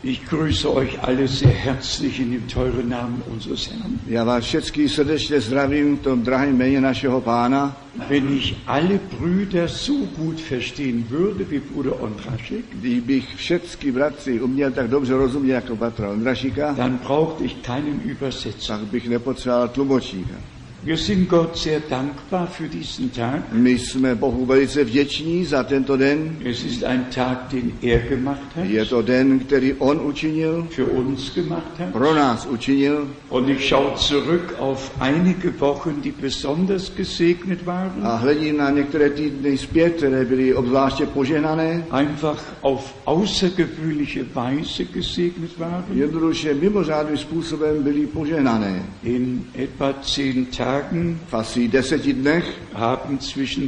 Ich grüße euch alle sehr herzlich in dem teuren Namen unseres Herrn. Já vás všechny srdečně zdravím v tom drahém jméně našeho Pána. Wenn ich alle Brüder so gut verstehen würde wie Bruder Ondrašek, Kdybych všechny bratři uměl tak dobře rozumět jako bratra Ondrašika, dann brauchte ich keinen Übersetzer. tak bych nepotřeboval tlumočníka. Wir sind Gott sehr dankbar für diesen Tag. My jsme Bohu velice vděční za tento den. Es ist ein Tag, den er gemacht hat, Je to den, který on učinil, für uns gemacht hat. pro nás učinil. Und ich schaue zurück auf einige Wochen, die besonders gesegnet waren. A hledím na některé týdny zpět, které byly obzvláště požehnané. Einfach auf außergewöhnliche Weise gesegnet waren. Jednoduše mimořádným způsobem byly požehnané. In etwa 10 Tagen V asi 10 dnech haben zwischen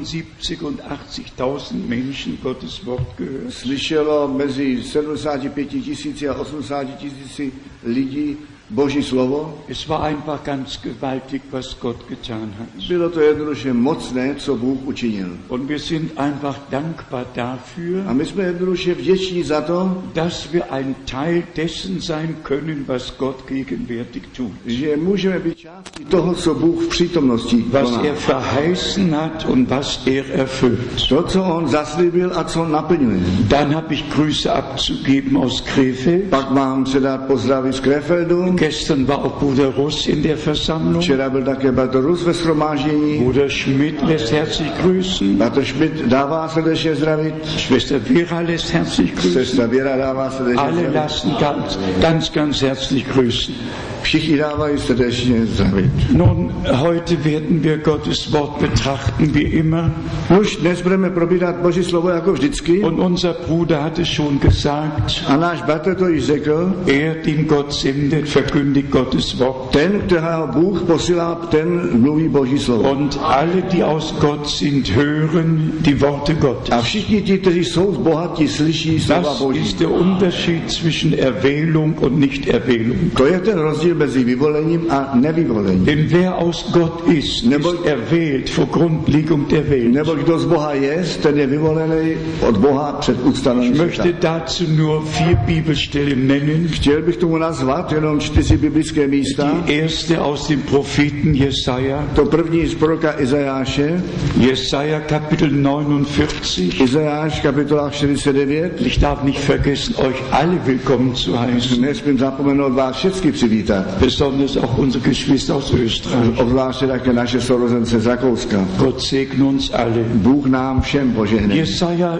75 und 80.000 Menschen Gottes Wort gehört. slyšelo mezi 75 000 a 80 000 lidí Boží slovo. Es war einfach ganz gewaltig, was Gott getan hat. Bylo to jednoduše mocné, co Bůh učinil. Und wir sind einfach dankbar dafür, A my jsme jednoduše vděční za to, dass wir ein Teil dessen sein können, was Gott gegenwärtig tut. že můžeme být částí toho, co Bůh v přítomnosti Was koná. er verheißen hat und was er erfüllt. To, co on zaslíbil a co naplňuje. Dann habe ich Grüße abzugeben aus Krefeld. Pak mám předat pozdravy z Krefeldu. Gestern war auch Bruder Russ in der Versammlung. Včera byl také bratr Rus ve shromáždění. Bruder Schmidt lässt herzlich grüßen. Bratr Schmidt dává srdečně zdravit. Schwester Vera lässt herzlich grüßen. Sestra Věra dává srdečně Alle zdravit. lassen ganz herzlich grüßen. Všichni dávají srdečně zdravit. Nun, heute werden wir Gottes Wort betrachten, wie immer. Už dnes budeme probírat Boží slovo jako vždycky. Und unser Bruder hat es schon gesagt, A náš bratr to již řekl. er, den Gott sendet, verkündigt Gottes Wort. Ten, kterého Bůh posílá, ten mluví Boží slovo. Und alle, die aus Gott sind, hören die Worte Gottes. A všichni ti, kteří jsou z Boha, ti slyší slova Das Boží. ist der Unterschied zwischen Erwählung und Nicht-Erwählung. To je ten rozdíl mezi vyvolením a nevyvolením. Denn wer aus Gott ist erwählt vor Grundlegung der Welt. Nebo kdo z Boha je, ten je vyvolený od Boha před Ich ustanovením möchte světa. dazu nur 4 Bibelstellen nennen. Chtěl bych tomu nazvat jenom 4 biblické místa. Die erste aus dem Propheten Jesaja. To první z proroka Izajáše, Jesaja Kapitel 49. Izajáš kapitola 49. Ich darf nicht vergessen, euch alle willkommen zu heißen. Nesmím zapomenout vás všechny přivítat. Besonders auch unsere Geschwister aus Österreich. Obzvláště také naše sourozence z Rakouska. Gott segne uns alle. Bůh nám všem požehne. Jesaja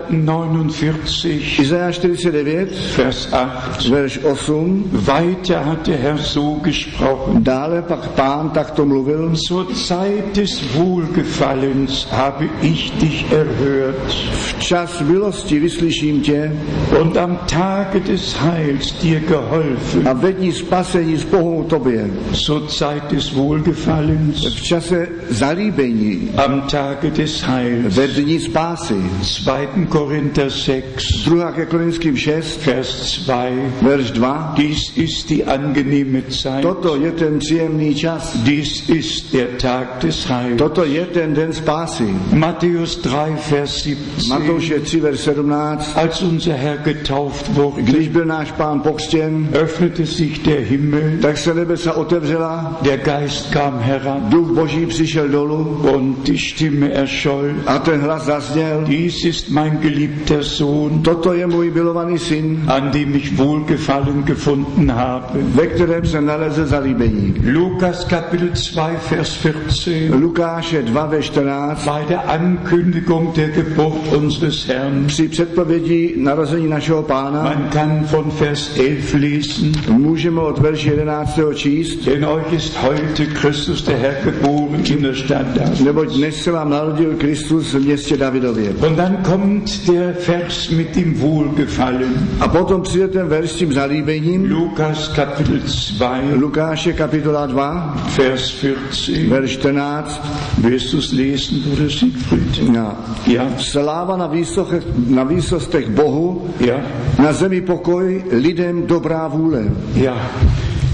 49, Izajáš 49, Vers 8. verš 8. Weiter hat der Herr so gesprochen. Dále pak Pán takto mluvil. Zur Zeit des Wohlgefallens habe ich dich erhört. Včas milosti vyslyším tě Und am Tage des Heils dir geholfen. a ve dní spasení spohou tobě. Zur Zeit des Wohlgefallens. V čase zalíbení, Am Tage des Heils. ve dní spásy. 2. Korinther 6, 2. ke Korinským 6, Vers 2. verš 2. Dies ist die angenehme Zeit. Toto je ten příjemný čas. Dies ist der Tag des Heils. Toto je ten den spásy. Matthäus 3, Vers 17. Matouše 3, verš 17. Als unser Herr getauft wurde, Když byl náš Pán pokřtěn, öffnete sich der Himmel, tak se nebesa otevřela, der Geist kam herab duch Boží přišel dolů und die Stimme erscholl. a ten hlas zazněl. Dies ist mein geliebter Sohn, Toto je můj milovaný syn, an dem ich Wohlgefallen gefunden habe. ve kterém se nalezl zalíbení. Lukas Kapitel 2, Vers 14. Lukáše 2, verš 14. Bei der Ankündigung der Geburt unseres Herrn. Při předpovědi narození našeho Pána Man kann von Vers 11 lesen. můžeme od verše 11. číst. Denn euch ist heute Christus der Herr geboren in der Stadt David. Neboť dnes se vám narodil Kristus v městě Davidově. Und dann kommt der Vers mit dem Wohlgefallen. A potom přijde ten verš s tím zalíbením. Lukas Kapitel 2, Lukáše kapitola 2, Vers 14. verš 14. Wirst du es lesen, Bruder Siegfried? Ja. Sláva na výsostech Bohu, Ja. na zemi pokoj, lidem dobrá vůle. Ja.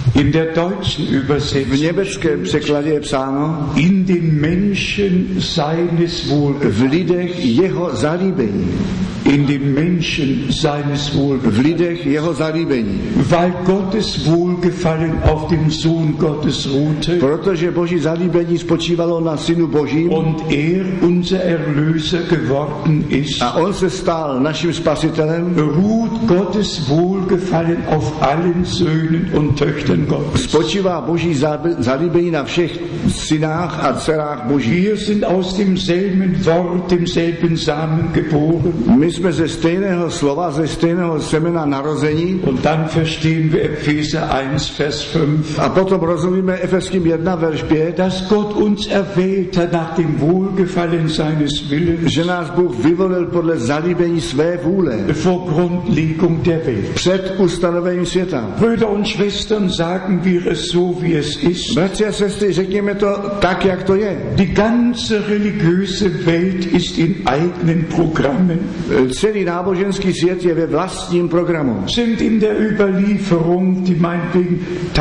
In der deutschen V Übersetzung německém překladě je psáno in den Menschen seines v Wohlgefallens. lidech jeho zalíbení. In den Menschen seines V Wohlgefallens. lidech jeho zalíbení. Weil Gottes Wohlgefallen auf dem Sohn Gottes ruhte Protože boží zalíbení spočívalo na synu božím und unser Erlöser geworden ist, a on se stal naším spasitelem, ruht Gottes Wohlgefallen auf allen Söhnen und Töchtern Gottes. spočívá boží zalíbení na všech synách a dcerách božích. Wir sind aus demselben Wort, demselben Samen geboren. My jsme ze stejného slova, ze stejného semena narození. Und dann verstehen wir Epheser 1, Vers 5. A potom rozumíme Efeským 1, verš 5, Dass Gott uns erwählt hat nach dem Wohlgefallen seines Willens že nás Bůh vyvolil podle zalíbení své vůle vor Grundlegung der Welt. před ustanovením světa. Brüder und Schwestern, sagen wir es so, wie es ist. Bratři a sestry, řekněme to tak, jak to je. Die ganze religiöse Welt ist in eigenen Programmen, Celý náboženský svět je ve vlastním programu. sind in der Überlieferung, die meinetwegen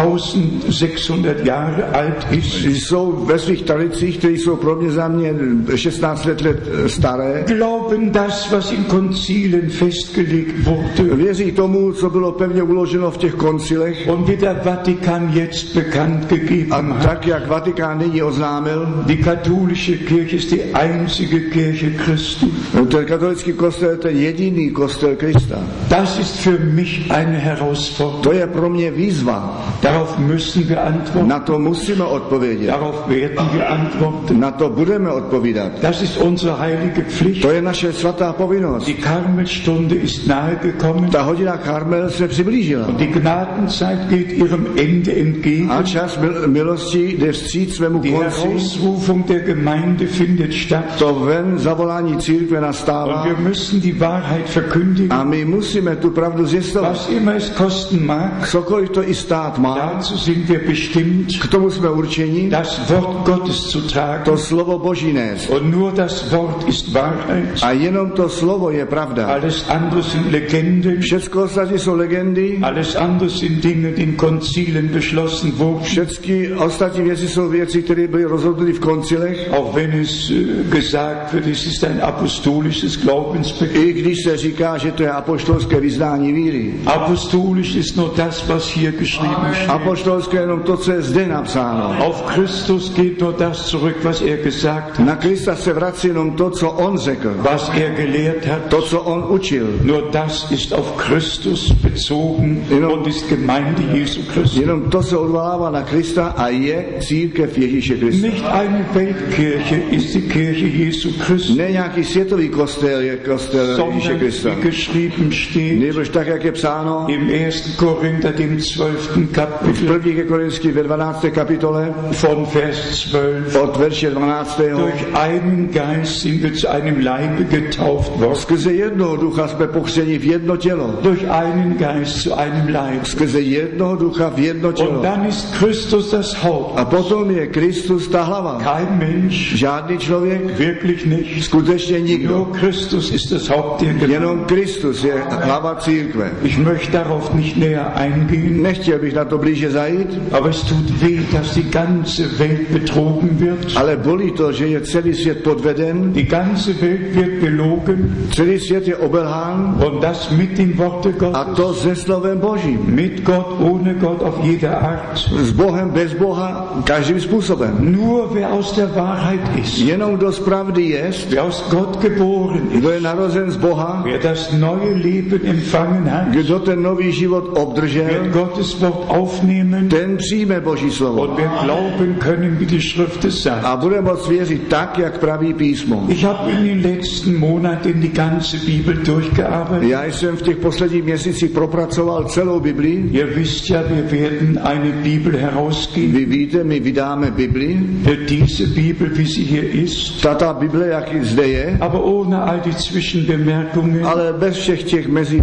1600 Jahre alt ist. Jsou ve svých tradicích, které jsou pro mě za mě 16 let staré. Glauben das, was in Konzilen festgelegt wurde Věří tomu, co bylo pevně uloženo v těch koncilech. und wie der Vatikan jetzt bekannt gegeben A hat. tak, jak Vatikán nyní oznámil, Die katholische Kirche ist die einzige Kirche Christi. ten katolický kostel je ten jediný kostel Krista. Das ist für mich eine Herausforderung. To je pro mě výzva. Darauf müssen wir antworten. Na to musíme odpovědět. Darauf werden wir antworten. Na to budeme odpovídat. Das ist unsere heilige Pflicht. To je naše svatá povinnost. Die Karmelstunde ist nahegekommen Ta hodina Karmel se přiblížila. und die Gnadenzeit geht ihrem Ende entgegen. A čas milosti jde vstříc svému Die konci. Herausrufung der Gemeinde findet statt. To ven zavolání církve Und nastává. wir müssen die Wahrheit verkündigen, A my musíme tu pravdu zjistovat. was immer es kosten mag. Cokoliv to i stát má, Dazu sind wir bestimmt, k tomu jsme určeni, das Wort Gottes zu tragen. to slovo Boží nést. Und nur das Wort ist Wahrheit. A jenom to slovo je pravda. Alles andere sind Legenden. Všecko ostatní jsou legendy, Alles andere sind Dinge, die in Konzilen beschlossen wurden. všechny ostatní věci jsou věci, které byly rozhodnuty v koncilech. Auch wenn es gesagt wird, es ist ein apostolisches Glaubensbekenntnis. I když se říká, že to je apoštolské vyznání víry. Apostolisch ist nur das, was hier geschrieben steht. Apoštolské je jenom to, co je zde napsáno. Auf Christus geht nur das zurück, was er gesagt hat, Na Krista se vrací jenom to, co on řekl, was er gelehrt hat. to, co on učil. Nur das ist auf Christus bezogen und ist Gemeinde Jesu Christi. Jenom to se odvolává na Krista a je církev Ježíše Krista. Nicht eine Weltkirche ist die Kirche Jesu Christi, Ne nějaký světový kostel je kostel Ježíše sondern Krista. wie geschrieben steht Nebož tak, jak je psáno im 1. Korinther, dem 12. v Kapitel 1. Korinský ve 12. kapitole von Vers 12. od verše 12. Durch einen Geist sind wir zu einem Leibe getauft worden. Skrze jednoho ducha jsme pochřeni v jedno tělo. Durch einen Geist zu einem Leib. Skrze jednoho ducha v jedno Und tělo. dann ist Christus das Haupt. A potom je Kristus ta hlava. Kein Mensch, Žádný člověk, wirklich nicht. skutečně nikdo. Nur Christus ist das Haupt der Gemeinde. Jenom Kristus je hlava církve. Ich möchte darauf nicht näher eingehen, Nechtěl bych na to blíže zajít, aber es tut weh, dass die ganze Welt betrogen wird. ale bolí to, že je celý svět podveden, Die ganze Welt wird belogen celý svět je obelhán und das mit dem Worte a Gottes. to se slovem Božím. Mit Gott, ohne Gott, auf jede Art. S Bohem, bez Boha, každým způsobem. Nur wer aus der Wahrheit ist, Jenom kdo z pravdy jest, wer aus Gott geboren ist, kdo je narozen z Boha, wer das neue Leben empfangen hat, kdo ten nový život obdržel, wird Gottes Wort aufnehmen ten přijme Boží slovo und wird glauben können, wie die Schrift es sagt. a bude moct věřit tak, jak praví písmo. Ich habe in den letzten Monaten die ganze Bibel durchgearbeitet. Já jsem v těch posledních měsících propracoval celou Biblii. Ihr wisst ja, wir werden eine Bibel herausgeben. Vy víte, my vydáme Bibli. Diese Bibel, wie sie hier ist, Ta Bible, jak zde je, aber ohne all die Zwischenbemerkungen. ale bez všech těch mezi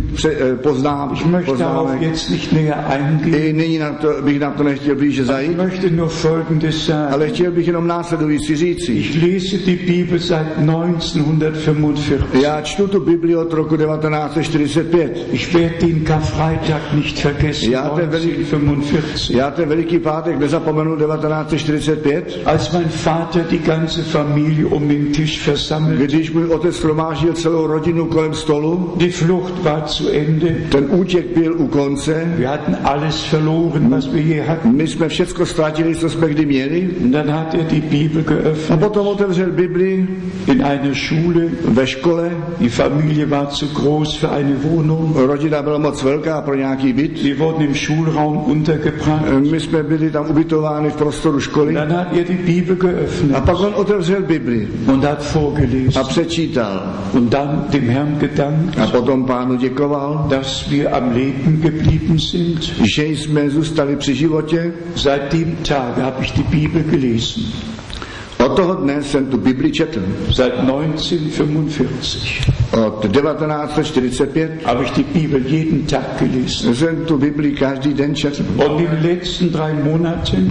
Ich möchte darauf poznámek. jetzt nicht näher eingehen. I nyní bych na to nechtěl blíže Ich zajít, möchte nur Folgendes sagen. ale chtěl bych jenom následující říci. Ich lese die Bibel seit 1945. Já čtu tu Bibli od roku 1945. Ich werde den Karfreitag nicht vergessen. Já ten 1945. Já ten Veliký pátek nezapomenu 1945, Als mein Vater die ganze Familie um den Tisch versammelt, když můj otec shromáždil celou rodinu kolem stolu, die Flucht war zu Ende, ten útěk byl u konce, wir hatten alles verloren, was wir je hatten. my jsme všecko ztratili, co jsme kdy měli, Und dann hat die Bibel a geöffnet potom otevřel Bibli in einer Schule. ve škole, Die Familie war zu groß für eine Wohnung. rodina byla moc velká pro nějaký byt, Wir wurden im Schulraum untergebracht. my jsme byli tam ubytováni v prostoru školy, Dann hat die Bibel a geöffnet pak on otevřel Bibli und hat vorgelesen. a přečítal. Und dann dem Herrn gedankt, A potom Pánu děkoval, dass wir am Leben geblieben sind. že jsme zůstali při životě. Seit dem Tag habe ich die Bibel gelesen. Od toho dne jsem tu Bibli četl. Seit 1945 Od 1945 habe ich die Bibel jeden Tag gelesen. jsem tu Bibli každý den četl. Und in den letzten 3 Monaten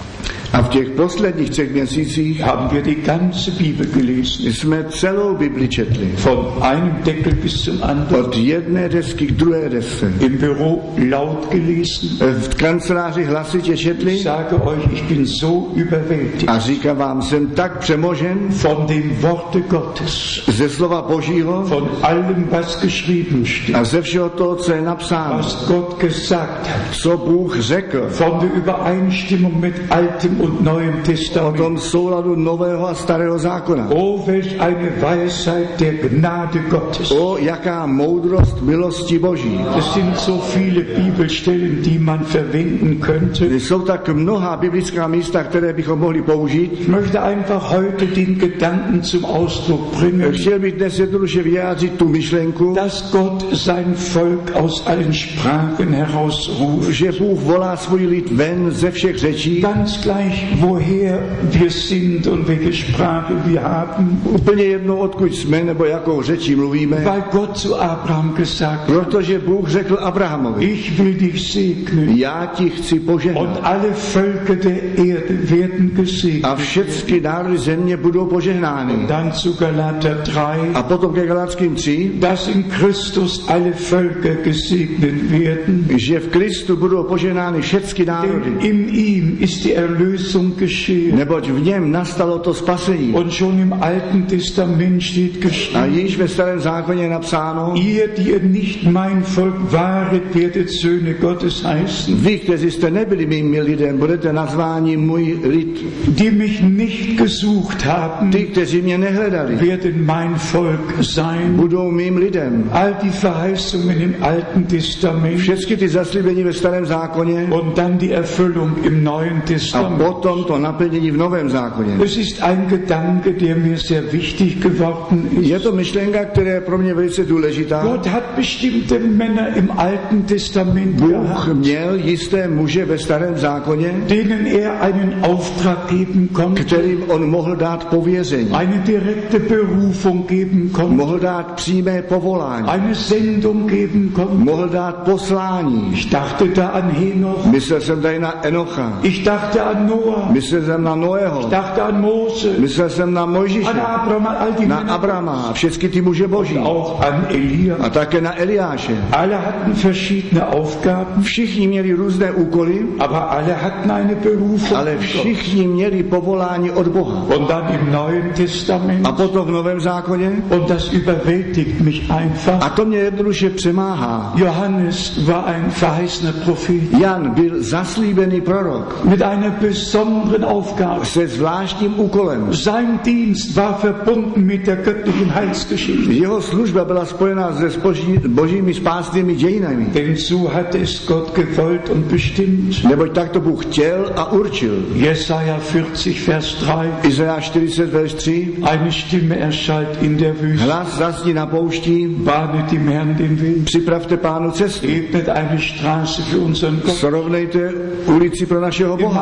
A v těch posledních 3 měsících haben wir die ganze Bibel gelesen. jsme celou Bibli četli. Von einem Deckel bis zum anderen. Od jedné desky k druhé desce. Im Büro laut gelesen. V kanceláři hlasitě četli Ich sage euch, ich bin so überwältigt a říkám vám, jsem tak přemožen von dem Worte Gottes, ze slova Božího von allem, was geschrieben steht, a ze všeho toho, co je napsáno, was Gott gesagt hat, co Bůh řekl, von der Übereinstimmung mit Altem und Neuem o Testament. tom souladu Nového a Starého zákona. Oh, welch eine Weisheit der Gnade Gottes. O, jaká moudrost milosti Boží. Es sind so viele Bibelstellen, die man verwenden könnte. Jsou tak mnohá biblická místa, které bychom mohli použít. Ich möchte einfach heute den Gedanken zum Ausdruck bringen, Chtěl bych dnes jednoduše vyjádřit tu myšlenku, dass Gott sein Volk aus allen Sprachen herausruft. že Bůh volá svůj lid ven ze všech řečí, Ganz gleich, woher wir sind und welche Sprache wir haben. úplně jedno, odkud jsme nebo jakou řečí mluvíme, Weil Gott zu Abraham gesagt hat, protože Bůh řekl Abrahamovi, ich will dich segnen já ti chci und požehnat alle Völker der Erde werden a gesegnet. všechny národy země budou požehnány. Dann zu Galater 3, A potom ke Galatským 3, dass in Christus alle Völker gesegnet werden. že v Kristu budou požehnány všechny národy, Denn in ihm ist die Erlösung geschehen. neboť v něm nastalo to spasení. Und schon im Alten Testament steht A geschrieben, již ve Starém zákoně je napsáno, ihr, die ihr nicht mein Volk waret, werdet Söhne Gottes heißen. vy, kteří jste nebyli mými lidem, budete nazváni můj lid. Die mich nicht gesucht haben, Ty, kteří mě nehledali, werden mein Volk sein. budou mým lidem. All die Verheißungen im Alten Testament Všechny ty zaslíbení ve Starém zákoně und dann die Erfüllung im Neuen a Testament. potom to naplnění v Novém zákoně. Es ist ein Gedanke, der mir sehr wichtig geworden Je ist. to myšlenka, která je pro mě velice důležitá. Gott hat bestimmte Männer im Alten Testament Bůh gehabt, měl jisté muže ve Starém zákoně, denen er einen Auftrag geben konnte, kterým on mohl dát pověření, eine direkte Berufung geben konnte, mohl dát přímé povolání, eine Sendung geben konnte. mohl dát poslání. Ich dachte da an Henoch, Myslel jsem tady na Enocha, ich dachte an Noah, myslel jsem na Noého, ich dachte an Mose, myslel jsem na Mojžíše, an Abraham, an all die na Männer, Abrama, všechny ty muže boží auch an Elia. a také na Eliáše. Alle hatten verschiedene Aufgaben, Všichni měli různé úkoly, aber alle hatten eine Berufung. ale von Gott. všichni měli povolání od Boha. Und dann im Neuen Testament, A potom v Novém zákoně, und das überwältigt mich a einfach, to mě jednoduše přemáhá. Johannes war ein verheißener Prophet Jan byl zaslíbený prorok mit einer besonderen Aufgabe. se zvláštním úkolem. Sein Dienst war verbunden mit der göttlichen Heilsgeschichte. Jeho služba byla spojená se božími spásnými dějinami. Denn so hatte es Gott gewollt und bestimmt. Neboť tak to Bůh chtěl a určil. Jesaja 40, Vers 3. Izajáš 40, verš 3. Eine Stimme erschallt in der Wüste. Hlas zazní na poušti, Bahnet dem Herrn den Weg. připravte Pánu cestu. Ebnet eine Straße für unseren Gott. Srovnejte ulici pro našeho Im Boha. Malachi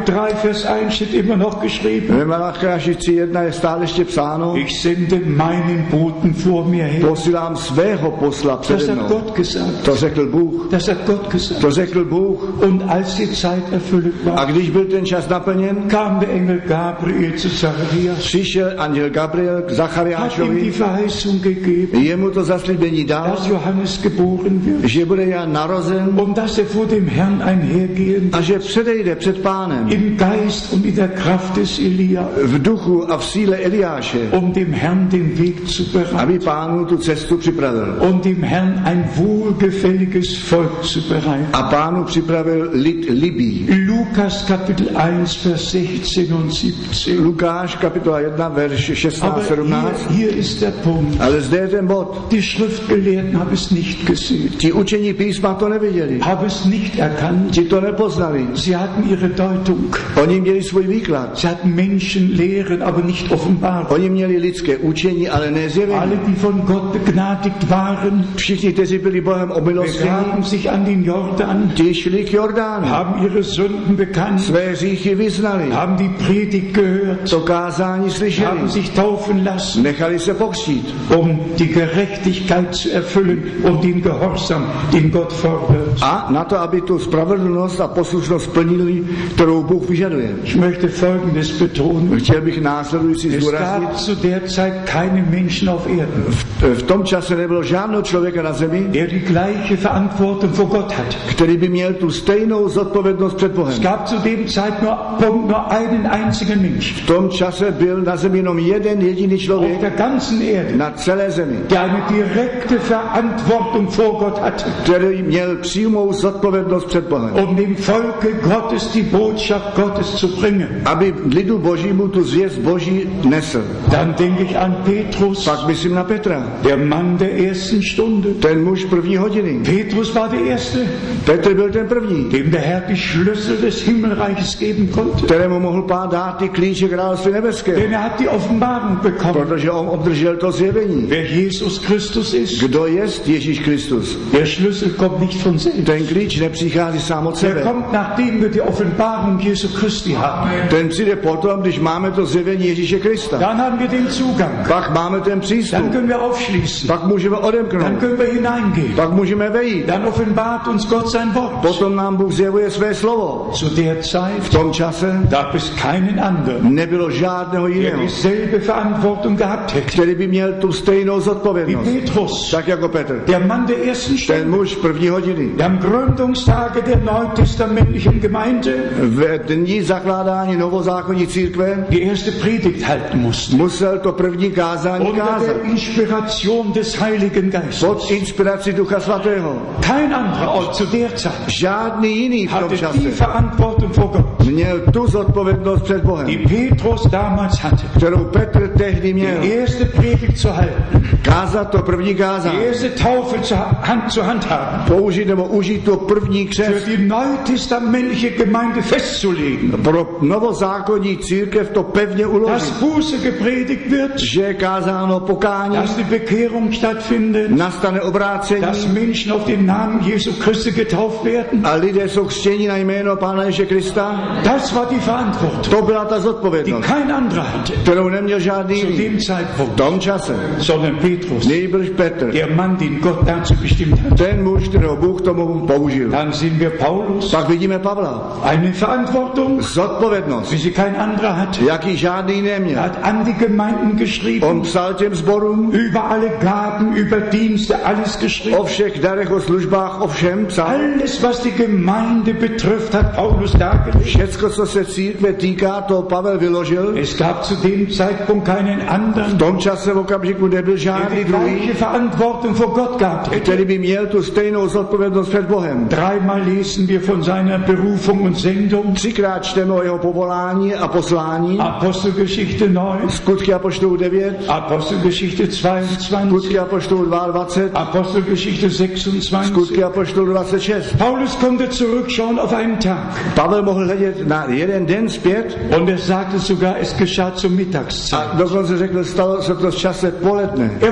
3, Vers 1 steht immer noch geschrieben. Ve Malachiáši 3:1 je stále ještě psáno, Ich sende meinen Boten vor mir her. posílám svého posla Das přede hat mnou. Gott gesagt. To řekl Bůh. Das hat Gott gesagt. To řekl Bůh. Und als die Zeit erfüllt A war, když byl ten čas naplněn, kam der Engel Gabriel zu Zacharias, přišel anděl Gabriel k hat ihm Zachariášovi, die Verheißung gegeben, jemu to zaslíbení dal, dass Johannes geboren wird že bude Jan narozen und dass er vor dem Herrn einhergehen a že předejde před Pánem im Geist und in der Kraft des Elia, v duchu a v síle Eliáše, um dem Herrn den Weg zu bereiten aby Pánu tu cestu připravil. und dem Herrn ein wohlgefälliges Volk zu bereiten. A Pánu připravil lid libý. Lukas Kapitel 1, Vers 16 und 17. Lukáš kapitola 1, verš 16, Aber 17. hier ist der Punkt. Ale zde je ten bod. Die Schriftgelehrten haben es nicht gesehen, Ti učení písma to neviděli. haben es nicht erkannt. Ti to nepoznali. Sie hatten ihre Deutung. Oni měli svůj výklad. Sie hatten Menschenlehren, aber nicht offenbart. Oni měli lidské učení, ale ne zjevení. Alle, die von Gott begnadigt waren, Všichni, kteří byli Bohem omilostněni, begaben sich an den Jordan, ti šli k Jordánu. haben ihre Sünden bekannt, Své hříchy vyznali. haben die Predigt gehört, To kázání slyšeli. haben sich taufen lassen, Nechali se pokřtít, um die Gerechtigkeit zu erfüllen und den Gehorsam, den Gott fordert. a na to, aby tu spravedlnost a poslušnost plnili, kterou Bůh vyžaduje. Ich möchte Folgendes betonen. Chtěl bych následující Es zdůraznit. gab zu der Zeit keine Menschen auf Erden, V tom čase nebylo žádného člověka na zemi, der die gleiche Verantwortung vor Gott hat. který by měl tu stejnou zodpovědnost před Es Bohem. gab zu dem Zeitpunkt nur einen einzigen Mensch V tom čase byl na zemi jenom jeden jediný auf člověk der ganzen Erde, na celé zemi, der eine direkte Verantwortung vor Gott hatte, který měl přímou zodpovědnost před Bohem. um dem Volke Gottes die Botschaft Gottes zu bringen. Aby lidu božímu tu zvěst boží nesl. Dann denke ich an Petrus, Pak myslím na Petra, der Mann der ersten Stunde. ten muž první hodiny. Petrus war der Erste, Petr byl ten první, dem der Herr die Schlüssel des Himmelreiches geben konnte. kterému mohl Pán dát ty klíče království nebeského, Denn er hat die Offenbarung bekommen, protože on obdržel to zjevení. wer Jesus Christus ist. Kdo jest Ježíš Kristus? Der Schlüssel kommt nicht von selbst. Ten klíč nepřichází sám od Der sebe. kommt, nachdem wir die Offenbarung Jesu Christi haben. Ten přijde potom, když máme to zjevení Ježíše Krista. Dann haben wir den Zugang. Pak máme ten Dann přístup. können wir aufschließen. Pak můžeme Dann odemknout. können wir hineingehen. Pak můžeme vejít. Dann offenbart uns Gott sein Wort. Potom nám Bůh zjevuje své slovo. Zu der V Zeit tom čase gab es keinen anderen, nebylo žádného der jiného, dieselbe Verantwortung gehabt hätte který by měl tu stejnou wie zodpovědnost. Petrus, Tak jako Petr. der Mann der ersten Ten Stunde. muž první hodiny. Am Gründungstage der neutestamentlichen Gemeinde V dní zakládání novozákonní církve die erste Predigt halten musste. musel to první kázání Unter kázat. der Inspiration des Heiligen Geistes. Pod inspirací Ducha Svatého. Kein anderer Ort zu der Zeit Žádný jiný v tom hatte die čase Verantwortung vor Gott, měl tu zodpovědnost před Bohem, die Petrus damals hatte. kterou Petr tehdy měl. Die erste Predigt zu halten, Kázat to první die kázání. erste Taufe zur Hand haben, Použít nebo užít to první für křest. die neutestamentliche Gemeinde festzulegen, Pro novozákonní církev to pevně dass uložit. Buße gepredigt wird, Že je kázáno pokání, dass die Bekehrung stattfindet, nastane obrácení dass Menschen auf den Namen Jesu Christi getauft werden. a lidé jsou křtěni na jméno Pána Ježíše Krista. Das war die Verantwortung, To byla ta die zodpovědnost, kein anderer hatte kterou neměl žádný zu jiný. dem V Zeitpunkt, tom čase sondern Petrus, nejbrž Petr, der Mann, den Gott dazu bestimmt hat. ten muž, kterého Bůh tomu použil. Dann sehen wir Paulus, Pak vidíme Pavla. eine Verantwortung, Zodpovědnost, wie sie kein anderer hatte. jaký žádný Er neměl. hat an die Gemeinden geschrieben, On psal těm sborům über alle Gaben, über Dienste, alles geschrieben. o všech darech, o službách, o všem psal. Alles, was die Gemeinde betrifft, hat Paulus dargelegt. Všecko, co se církve týká, to Pavel vyložil. Es gab zu dem Zeitpunkt keinen anderen, V tom čase v okamžiku nebyl der žádný die druhý, gleiche Verantwortung vor Gott gehabt hätte. který by měl tu stejnou zodpovědnost před Bohem. Dreimal lesen wir von seiner Berufung und Sendung. Třikrát čteme o jeho povolání a poslání. Apostelgeschichte 9, Skutky apoštolů 9, Apostelgeschichte 22, Skutky apoštolů 22, Apostelgeschichte 26. Skutky apoštolů 26. Paulus konnte zurückschauen auf einen Tag. Pavel mohl hledět na jeden den zpět Und er sagte sogar, es geschah zur a Mittagszeit. dokonce řekl, stalo se to v čase poledne. Er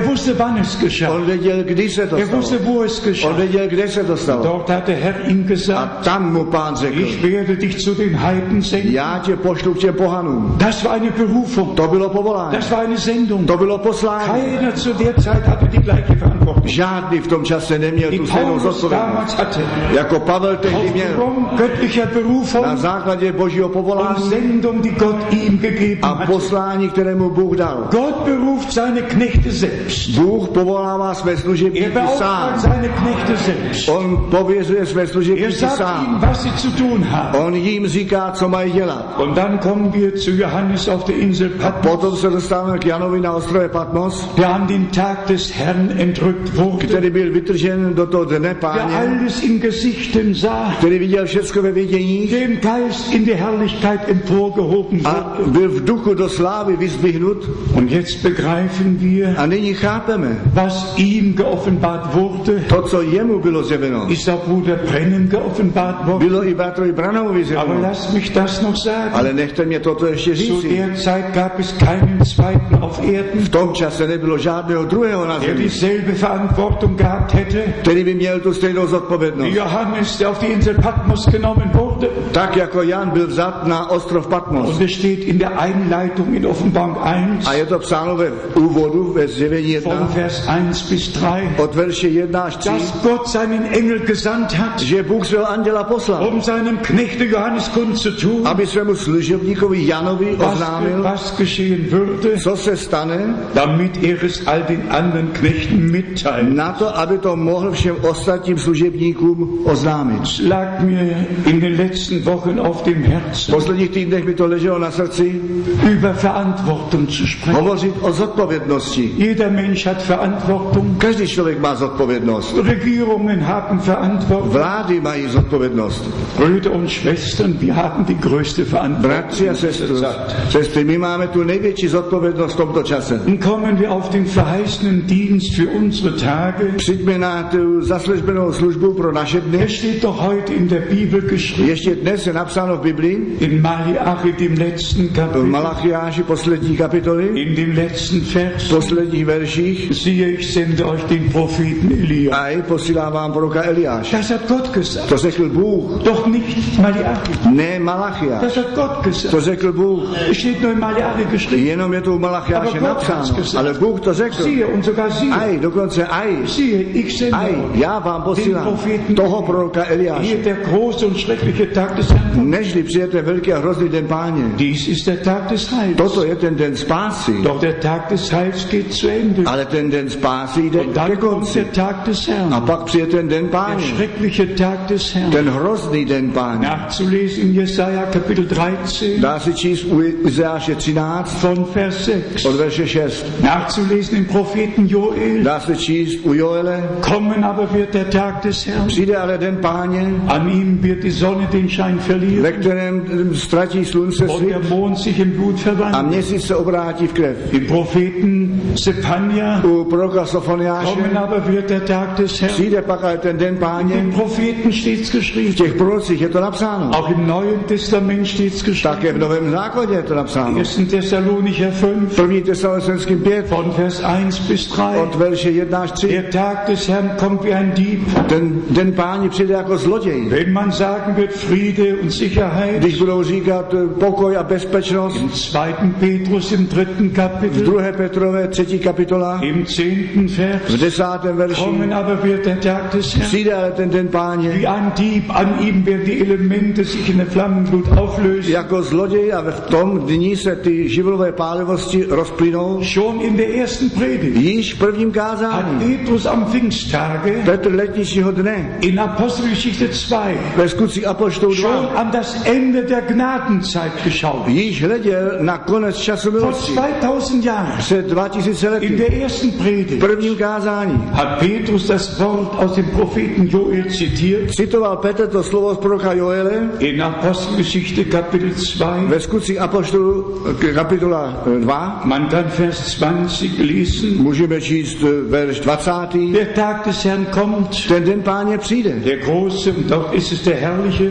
wusste, wann es geschah. On věděl, kdy se to Er wusste, stalo. wo es geschah. On věděl, kde se to stalo. Dort hat der Herr ihm A gesagt, tam mu Pán řekl, ich werde dich zu den Heiden senden. já tě pošlu k těm pohanům. Das war eine Berufung. To bylo povolání. Das war eine Sendung. To bylo poslání. Keiner zu der Zeit hatte die gleiche Verantwortung. Žádný v tom čase neměl Die tu stejnou Paulus zodpovědnost. damals hatte. Jako Pavel tehdy měl. Aufgrund göttlicher Na Berufung základě božího und povolání Sendung, die Gott ihm gegeben a hatte. poslání, kterému Bůh dal. Gott beruft seine Knechte selbst. Bůh povolává své Er služebníky beauftragt sám. seine Knechte selbst. On pověřuje své Er služebníky sagt ihnen, sám. was sie zu tun haben. On jim říká, co mají dělat. Und dann kommen wir zu Johannes auf der Insel Patmos, Potom se dostáváme k Janovi na ostrově Patmos, der an den Tag des Herrn entrückt wurde, který byl vytržen do toho dne der Páně, alles in Gesichten sah, který viděl všechno ve vidění dem Geist in der Herrlichkeit emporgehoben a wurde. byl v duchu do slávy vyzdvihnut. Und jetzt begreifen wir, A nyní chápeme, was ihm geoffenbart wurde, to, co jemu bylo zjeveno, ist auch Bruder Brennan geoffenbart worden. bylo i bratrovi Branamovi Aber zjeveno. lasst mich das noch sagen. Ale nechte mě toto ještě Zu říci. der Zeit gab es keinen Zweiten auf Erden, V tom čase nebylo žádného druhého na der zemi, dieselbe Verantwortung gehabt hätte, který by měl tu stejnou wie zodpovědnost. Johannes, der auf die Insel Patmos genommen wurde. Tak jako Jan byl vzat na ostrov Patmos. Und es steht in der Einleitung in Offenbarung 1, A je to psáno ve úvodu, ve zjevení von 1, Vers 1 bis 3, od verše 1 až 3, dass Gott seinen Engel gesandt hat, že Bůh svého anděla poslal, um seinem Knechte Johannes kundzutun, aby svému služebníkovi Janovi oznámil, was geschehen würde, co se stane, damit er es all den anderen Knechten mitteilt. na to, aby to mohl všem ostatním služebníkům oznámit. Lag mir in den letzten Wochen auf dem V Herzen, posledních týdnech mi to leželo na srdci über Verantwortung zu sprechen. hovořit o zodpovědnosti. Jeder Mensch hat Verantwortung. Každý člověk má zodpovědnost. Regierungen haben Verantwortung. Vlády mají zodpovědnost. Brüder und Schwestern, wir haben die größte Verantwortung. Bratři a sestry, my máme tu největší zodpovědnost v tomto čase. Nun kommen wir auf den verheißenen Dienst für unsere Tage. Přijďme na tu zaslíbenou službu pro naše dny. Es steht doch heute in der Bibel geschrieben, Ještě dnes je napsáno v Biblii, in Malachi, dem letzten v Kapitel, Malachiáši poslední kapitoly, in dem letzten v Vers, posledních verších, siehe, ich sende euch den Propheten Elia. a i posílám vám proroka Eliáše. Das hat Gott gesagt, To řekl Bůh, doch nicht Malachi. ne Malachiáš. Das hat Gott gesagt. To řekl Bůh. Es steht nur in Malachi geschrieben. Jenom je to u Malachiáše Aber Gott hat's napsáno. gesagt. Ale Bůh to řekl. Siehe, und sogar siehe, Aj, dokonce aj, siehe, ich sende aj, euch já vám den posílám Propheten toho proroka Eliáše. Hier der große und schreckliche Tag des Herrn. Nežli přijete velký a hrozný den Páně. Dies ist der Tag des Heils. Toto je ten den spásy. Doch der Tag des Heils geht zu Ende. Ale ten den spásy jde Und ke dann kommt konci. der Tag des Herrn. A pak přijde ten den Der Páně. schreckliche Tag des Herrn. Ten hrozný den Páně. Nachzulesen in Jesaja Kapitel 13 Dá se číst u Izajáše 13 von Vers 6. od verše 6. Nachzulesen im Propheten Joel. Dá se číst u Joele. Kommen aber wird der Tag des Herrn. Přijde ale den Páně, An ihm wird die Sonne den Schein ve verlieren kterém ztratí slunce und svit der Mond sich in Blut a verwandelt. měsíc se obrátí v krev. Im Propheten Zephania U proroka Sofoniáše kommen aber wird der Tag des Herrn. přijde pak ale ten den Im Páně. Propheten steht's V geschrieben. těch prorocích je to napsáno. Auch im Neuen Testament steht's geschrieben. Také v Novém zákoně je to napsáno. 1. Thessalonicher 5 1. Tesalonickým 5 von Vers 1 bis 3. od verše 1 až 3. Der Tag des Herrn kommt wie ein Dieb. Ten den Páně přijde jako zloděj. Wenn man sagen wird Friede und Sicherheit, Když budou říkat pokoj a bezpečnost, im 2. Petrus im 3. v Kapitel, 2. Petrové 3. kapitola, im 10. v Vers, 10. verši, kommen aber wird der Tag des Herrn. přijde ale ten den Páně Wie ein Dieb, an ihm werden die Elemente sich in der Flammenglut auflösen. jako zloděj a v tom dní se ty živlové pálivosti rozplynou. Schon in der ersten Predigt Již v prvním hat kázání Petrus am Pfingsttage Petr letničního dne in Apostelgeschichte 2 ve skutcích apoštolů schon 2 an das Ende der Gnadenzeit geschaut. již hleděl na konec času Vor milosti. 2000 Jahren Před 2000 in lety der ersten v Predigt prvním kázání hat Petrus das Wort aus dem Propheten Joel zitiert. citoval Petr to slovo z proroka Joele In Apostelgeschichte Kapitel 2, ve skutcích apoštolů kapitola 2. man kann Vers 20 lesen. Můžeme číst verš 20. Der Tag des Herrn kommt, Ten den Páně přijde. der große, und dort ist es der herrliche,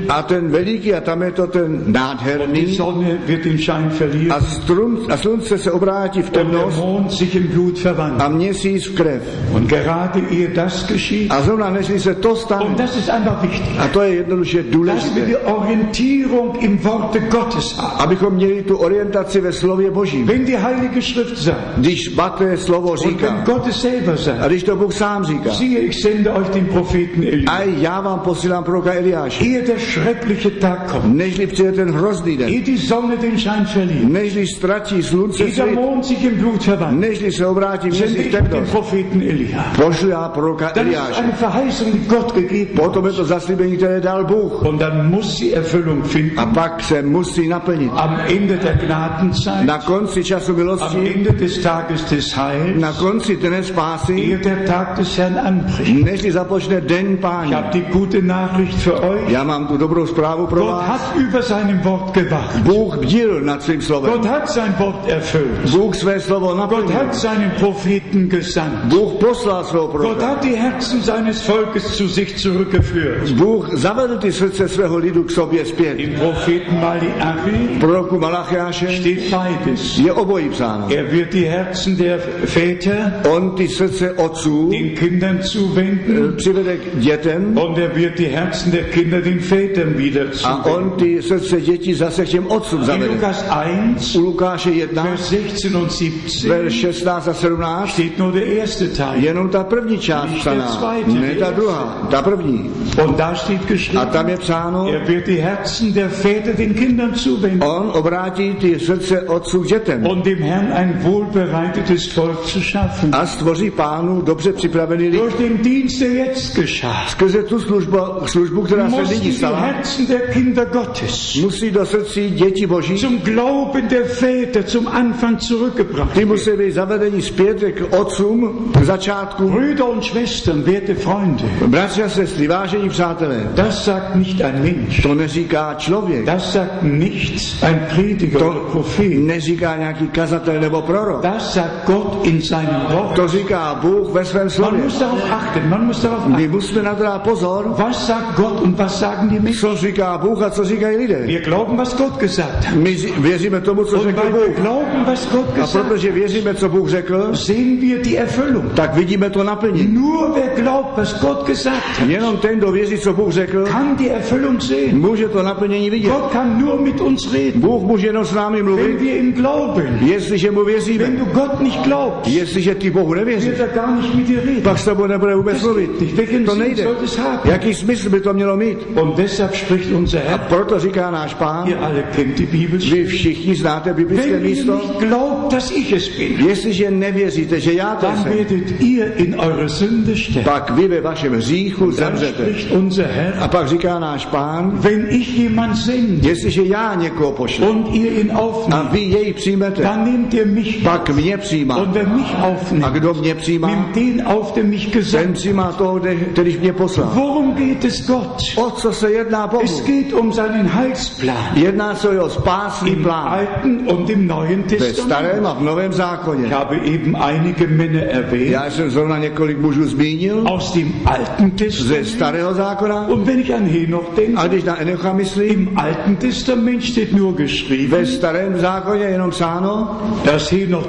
A ten veliký, a tam je to ten Und die nádherný. Sonne wird den Schein verlieren. A slunce se obrátí v Und der temnost Mond sich in Blut verwandelt. a měsíc v krev. Und gerade ehe das geschieht, A zrovna než se to stane, und das ist einfach wichtig, a to je jednoduše dass wir důležité, die Orientierung im Worte Gottes haben. abychom měli tu orientaci ve slově Božím. Wenn die Heilige Schrift sagt, Když svaté slovo und wenn říká, Gott es selber a sagt, když to Bůh sám říká, siehe, ich sende euch den Propheten Elia, a já vám posílám proroka Eliáše, ehe der schreckliche Tag kommt, nežli přijde ten hrozný den, ehe die Sonne den Schein verliert, nežli ztratí slunce ehe der svět, Mond sich in Blut verwandelt, nežli se obrátí sende měsíc ich den temnost, Propheten Elia. pošlu já proroka Dann ist Eliáše. eine Verheißung, die Gott gegeben hat. Potom je to zaslíbení, které dal Bůh. Und dann muss sie Erfüllung finden. A pak se musí naplnit. Am Ende der Gnadenzeit, Na konci času am milosti, Ende des Tages des Heils, na konci dne spásy, ehe der Tag des Herrn anbricht. nežli započne den Ich Páně. habe die gute Nachricht für euch. Já mám tu dobrou zprávu pro Gott vás. hat über seinem Wort gewacht. Bůh bdil nad svým slovem. Gott hat sein Wort erfüllt. Bůh své slovo Gott naplnil. hat seinen Propheten gesandt. Bůh poslal svého Gott proroka. hat die Herzen seines Volkes zu sich zurückgeführt. Bůh zavedl ty srdce svého lidu k sobě zpět. Im Propheten Malachi V proroku Malachiáše steht beides. je obojí psáno. Er wird die Herzen der Väter On ty srdce otců den Kindern zuwenden přivede k dětem und er wird die Herzen der Kinder den Vätern wieder a on zuwenden. ty srdce dětí zase k těm otcům In zavede. Lukas 1, U Lukáše 1, Vers 16 und 17 verš 16 a 17, steht nur der erste Teil. jenom ta první část psaná, ne ta druhá, ta první. Und da steht A geschrieben, tam je psáno, er wird die Herzen der Väter den Kindern zuwenden on obrátí ty srdce otců k dětem und dem Herrn ein wohlbereitetes Volk zu schaffen. a stvoří Pánu dobře připravený lid. Durch den Dienst, der jetzt geschah, Skrze tu službu, která se mussten nyní die stala, Herzen der Kinder Gottes musí do srdcí dětí Boží, zum Glauben der Väter zum Anfang zurückgebracht ty werden. musí být zavedení zpět k otcům, k začátku. Brüder und Schwestern, werte Freunde, Bratři a sestry, vážení přátelé, das sagt nicht ein Mensch, to neříká člověk, das sagt nicht ein Prediger oder to Prophet, neříká nějaký kazatel nebo prorok, das sagt Gott in seinem Wort. to říká Bůh ve svém Man slově. muss darauf achten, man muss darauf My achten. musíme na to dát pozor, Was sagt Gott und was sagen die Menschen? co říká Bůh a co říkají lidé. Wir glauben, was Gott gesagt hat. My věříme tomu, co Und řekl weil wir Bůh. glauben, was Gott A gesagt hat, protože věříme, co Bůh řekl, sehen wir die Erfüllung. tak vidíme to naplnění. Nur wer glaubt, was Gott gesagt hat, Jenom ten, kdo věří, co Bůh řekl, kann die Erfüllung sehen. může to naplnění vidět. Gott kann nur mit uns reden, Bůh může jenom s námi wenn mluvit, wir ihm glauben. jestliže mu věříme. Wenn du Gott nicht glaubst, Jestliže ty Bohu nevěříš, wird er gar nicht mit dir reden. pak s tebou nebude vůbec Das mluvit. geht nicht. Welchen To Sinn nejde. soll das haben? Jaký smysl by to mělo mít? Und deshalb spricht unser A Herr, proto říká náš Pán, ihr alle kennt die vy Bibelstelle, všichni znáte biblické wenn ihr místo, nicht glaubt, dass ich es bin, jestliže nevěříte, že já to dann jsem, werdet ihr in eure Sünde sterben. pak vy ve vašem hříchu Dann zemřete. spricht unser Herr, A pak říká náš Pán, wenn ich jemand sende jestliže já někoho pošlu und ihr ihn a aufnehmt, vy jej přijmete, dann nehmt ihr mich pak mě přijímá. und wer mich A aufnimmt, kdo mě přijímá, nimmt den auf, der mich gesandt ten přijímá toho, který mě poslal. Worum geht es Gott? O co se jedná Bohu? Es geht um seinen Heilsplan Jedná se o jeho spásný im plán Alten und im Neuen ve Testament. starém a v novém zákoně. Ich habe eben einige Männer erwähnt Já jsem zrovna několik mužů zmínil aus dem Alten ze Testament. starého zákona. Und wenn ich an Henoch denke, A když na Enocha myslím, im Alten Testament steht nur geschrieben, ve starém zákoně je jenom psáno, dass Henoch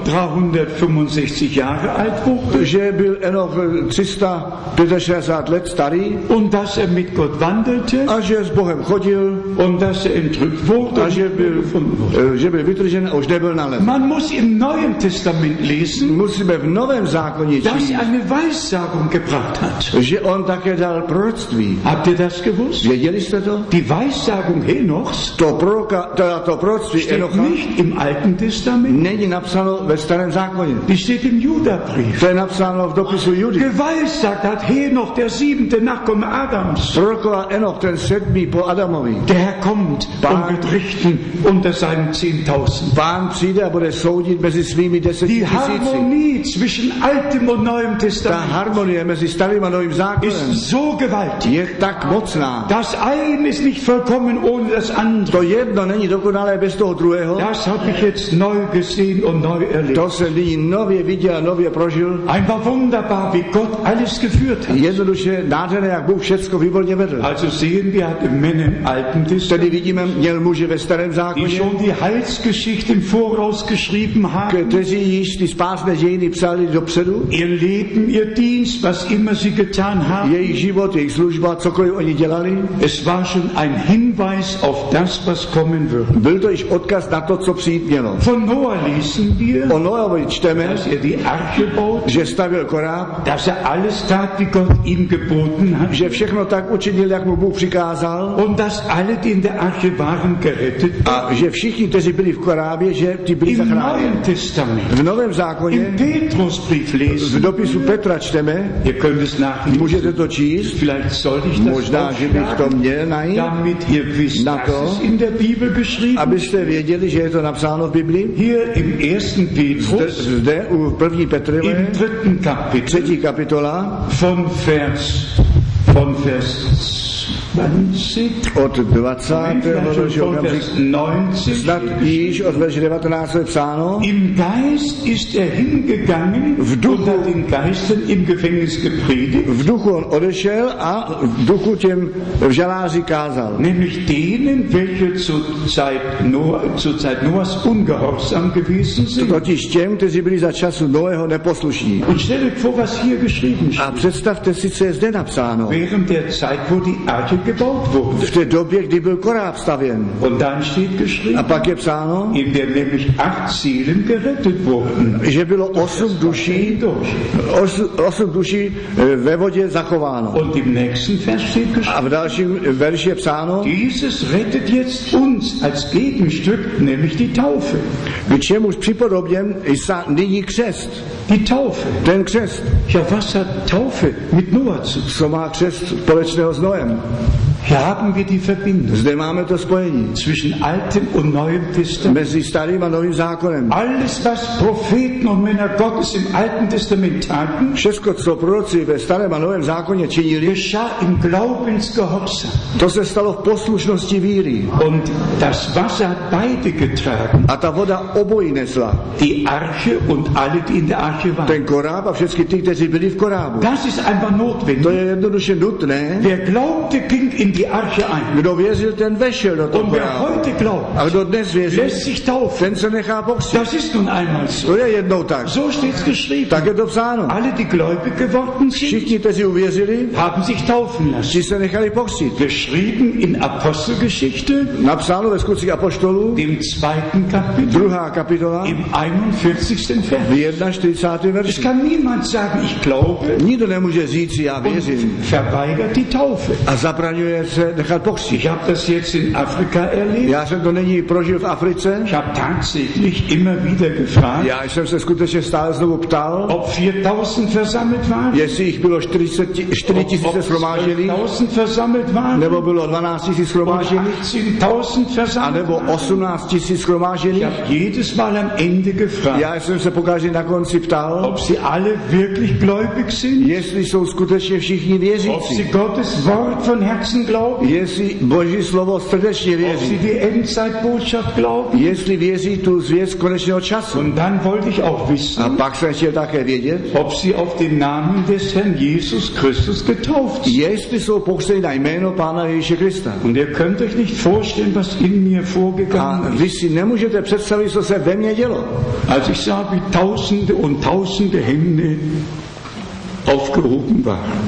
365 Jahre alt wurde že byl Enoch 365 let starý und dass er mit Gott wandelte a že s Bohem chodil und dass er entrückt wurde a und že nicht mehr byl, gefunden wurde. že byl vytržen a už nebyl nalezen. Man muss im Neuen Testament lesen, Musíme v novém zákoně dass číst, er eine Weissagung gebracht hat. že on také dal proroctví. Habt ihr das gewusst? Věděli jste to? Die Weissagung Henochs To proroctví steht Enocha nicht im Alten Testament, není napsáno ve starém zákoně. die steht im Judabrief. To je napsáno v dopisu Judy. Geweissagt hat Henoch, der 7. Nachkomme Adams. Prorokoval Enoch, ten 7. po Adamovi. Der Herr kommt und wird richten unter seinen 10.000. Pán přijde a bude soudit mezi svými 10 Die 000. Harmonie zwischen Altem und Neuem Ta Testament harmonie mezi starým a novým ist zákonem so gewaltig. je tak mocná. Das eine ist nicht vollkommen ohne das andere. To jedno není dokonalé bez toho druhého. Das habe ich jetzt neu gesehen und neu erlebt. To jsem nyní nově viděl a nově prožil. Einfach wunderbar, wie Gott alles geführt hat. Jednoduše nádherné, jak Bůh všecko výborně vedl. Also sehen wir, hatte Männer im Alten Tedy Testament, vidíme, měl muže ve starém die zákoně, schon die Heilsgeschichte im Voraus geschrieben haben. kteří již ty spásné dějiny psali dopředu. Ihr Leben, ihr Dienst, was immer sie getan haben. Jejich život, jejich služba, cokoliv oni dělali. Es war schon ein Hinweis auf das, was kommen würde. Byl to již odkaz na to, co přijít mělo. Von Noah lesen wir, O Noeovi čteme, dass die Arche baut, že stavěl koráb, dass alles tat, wie Gott ihm geboten hat, že všechno tak učinil, jak mu Bůh přikázal, und dass alle, die in der Arche waren, gerettet a že všichni, kteří byli v korábě, že ty byli Im zachráněni. Neuen Testament, V Novém zákoně, im Petrusbrief v lesen, dopisu Petra čteme, ihr könnt es nachlesen, můžete to číst, vielleicht soll ich das možná, že bych to aufschlagen, měl najít, damit ihr wisst, Na to, dass es in der Bibel geschrieben ist. abyste věděli, že je to napsáno v Biblii. Hier im 1. Petrus, Zde u 1. Petrové, im 3. Kapitel, 3. kapitola, von Vers 20, od 20. vielleicht schon von okamžiku, Vers 19, snad již od verše 19 je psáno, im Geist ist hingegangen und hat den Geistern im Gefängnis gepredigt, v duchu on odešel a v duchu těm v žaláři kázal. nämlich denen, welche zur Zeit Noahs ungehorsam gewesen sind. Totiž těm, kteří byli za času Noého neposlušní. Und stellt euch vor, was hier geschrieben A steht. představte si, co je zde napsáno. Während der Zeit, wo die Arche gebaut wurde. V té době, kdy byl koráb stavěn. Und dann steht A geschrieben, pak je psáno, in der nämlich 8 Seelen gerettet wurden. že bylo 8 duší ve vodě zachováno. Und im nächsten Vers steht A geschrieben, v dalším verši je psáno, dieses rettet jetzt uns als Gegenstück, nämlich die Taufe. k čemuž připodobněn nyní křest. Die Taufe. Ten křest, Ja, was hat Taufe mit Noah zu tun? co má křest společného s Noem. Hier haben wir die Verbindung Zde máme to spojení zwischen Altem und Neuem Testament. mezi starým a novým zákonem. Alles, was Propheten und Männer Gottes im Alten Testament taten, Všechno, co proroci ve starém a novém zákoně činili, geschah im Glaubensgehorsam. to se stalo v poslušnosti víry. Und das Wasser hat beide getragen. A ta voda obojí nesla. Die Arche und alle, die in der Arche waren. Ten koráb a všechny ty, kteří byli v korábu. Das ist einfach To notwendig. je jednoduše nutné. Wer glaubte, ging in die Arche ein. Kdo věřil, ten vešel do toho Und wer korábu. heute glaubt, A kdo dnes věří, lässt sich taufen. ten se nechá pokřtít. Das ist nun einmal so. To je jednou tak. So steht es geschrieben. Tak je to psáno. Alle, die gläubig geworden sind, Všichni, kteří uvěřili, haben sich taufen lassen. ti se nechali pokřtít. Geschrieben in Apostelgeschichte, Napsáno ve skutcích apoštolů, dem 2. Kapitel, 2. kapitola, im 41. Vers. v 41. Es verši. kann niemand sagen, ich glaube, Nikdo nemůže říct, já und věřím. verweigert die Taufe. A zabraňuje se nechat pokřtít. Ich habe das jetzt in Afrika erlebt. Já jsem to nyní prožil v Africe. Ich habe tatsächlich immer wieder gefragt, Já jsem se skutečně stále znovu ptal, ob 4000 versammelt waren, jestli jich bylo 4 tisíce schromážděných, 12.000 versammelt waren, nebo bylo 12 tisíc schromážděných, 18.000 a versammelt nebo waren. 18 tisíc schromážděných. Ich habe jedes Mal am Ende gefragt, Já jsem se pokaždé na konci ptal, ob sie alle wirklich gläubig sind, jestli jsou skutečně všichni ob sie věřící, Gottes Wort von Herzen glauben, jestli Boží slovo srdečně ob sie věří, die Endzeitbotschaft glauben. jestli věří tu zvěst konečného času. Und dann wollte ich auch A wissen, pak jsem chtěl také vědět, ob sie auf den Namen des Herrn Jesus Christus getauft sind. jestli jsou pokřtěni na jméno Pána Ježíše Krista. Und ihr könnt euch nicht vorstellen, was in mir A vorgegangen ist. vy si nemůžete představit, co se ve mně dělo. Als ich sah, wie Tausende und Tausende Hände aufgehoben waren.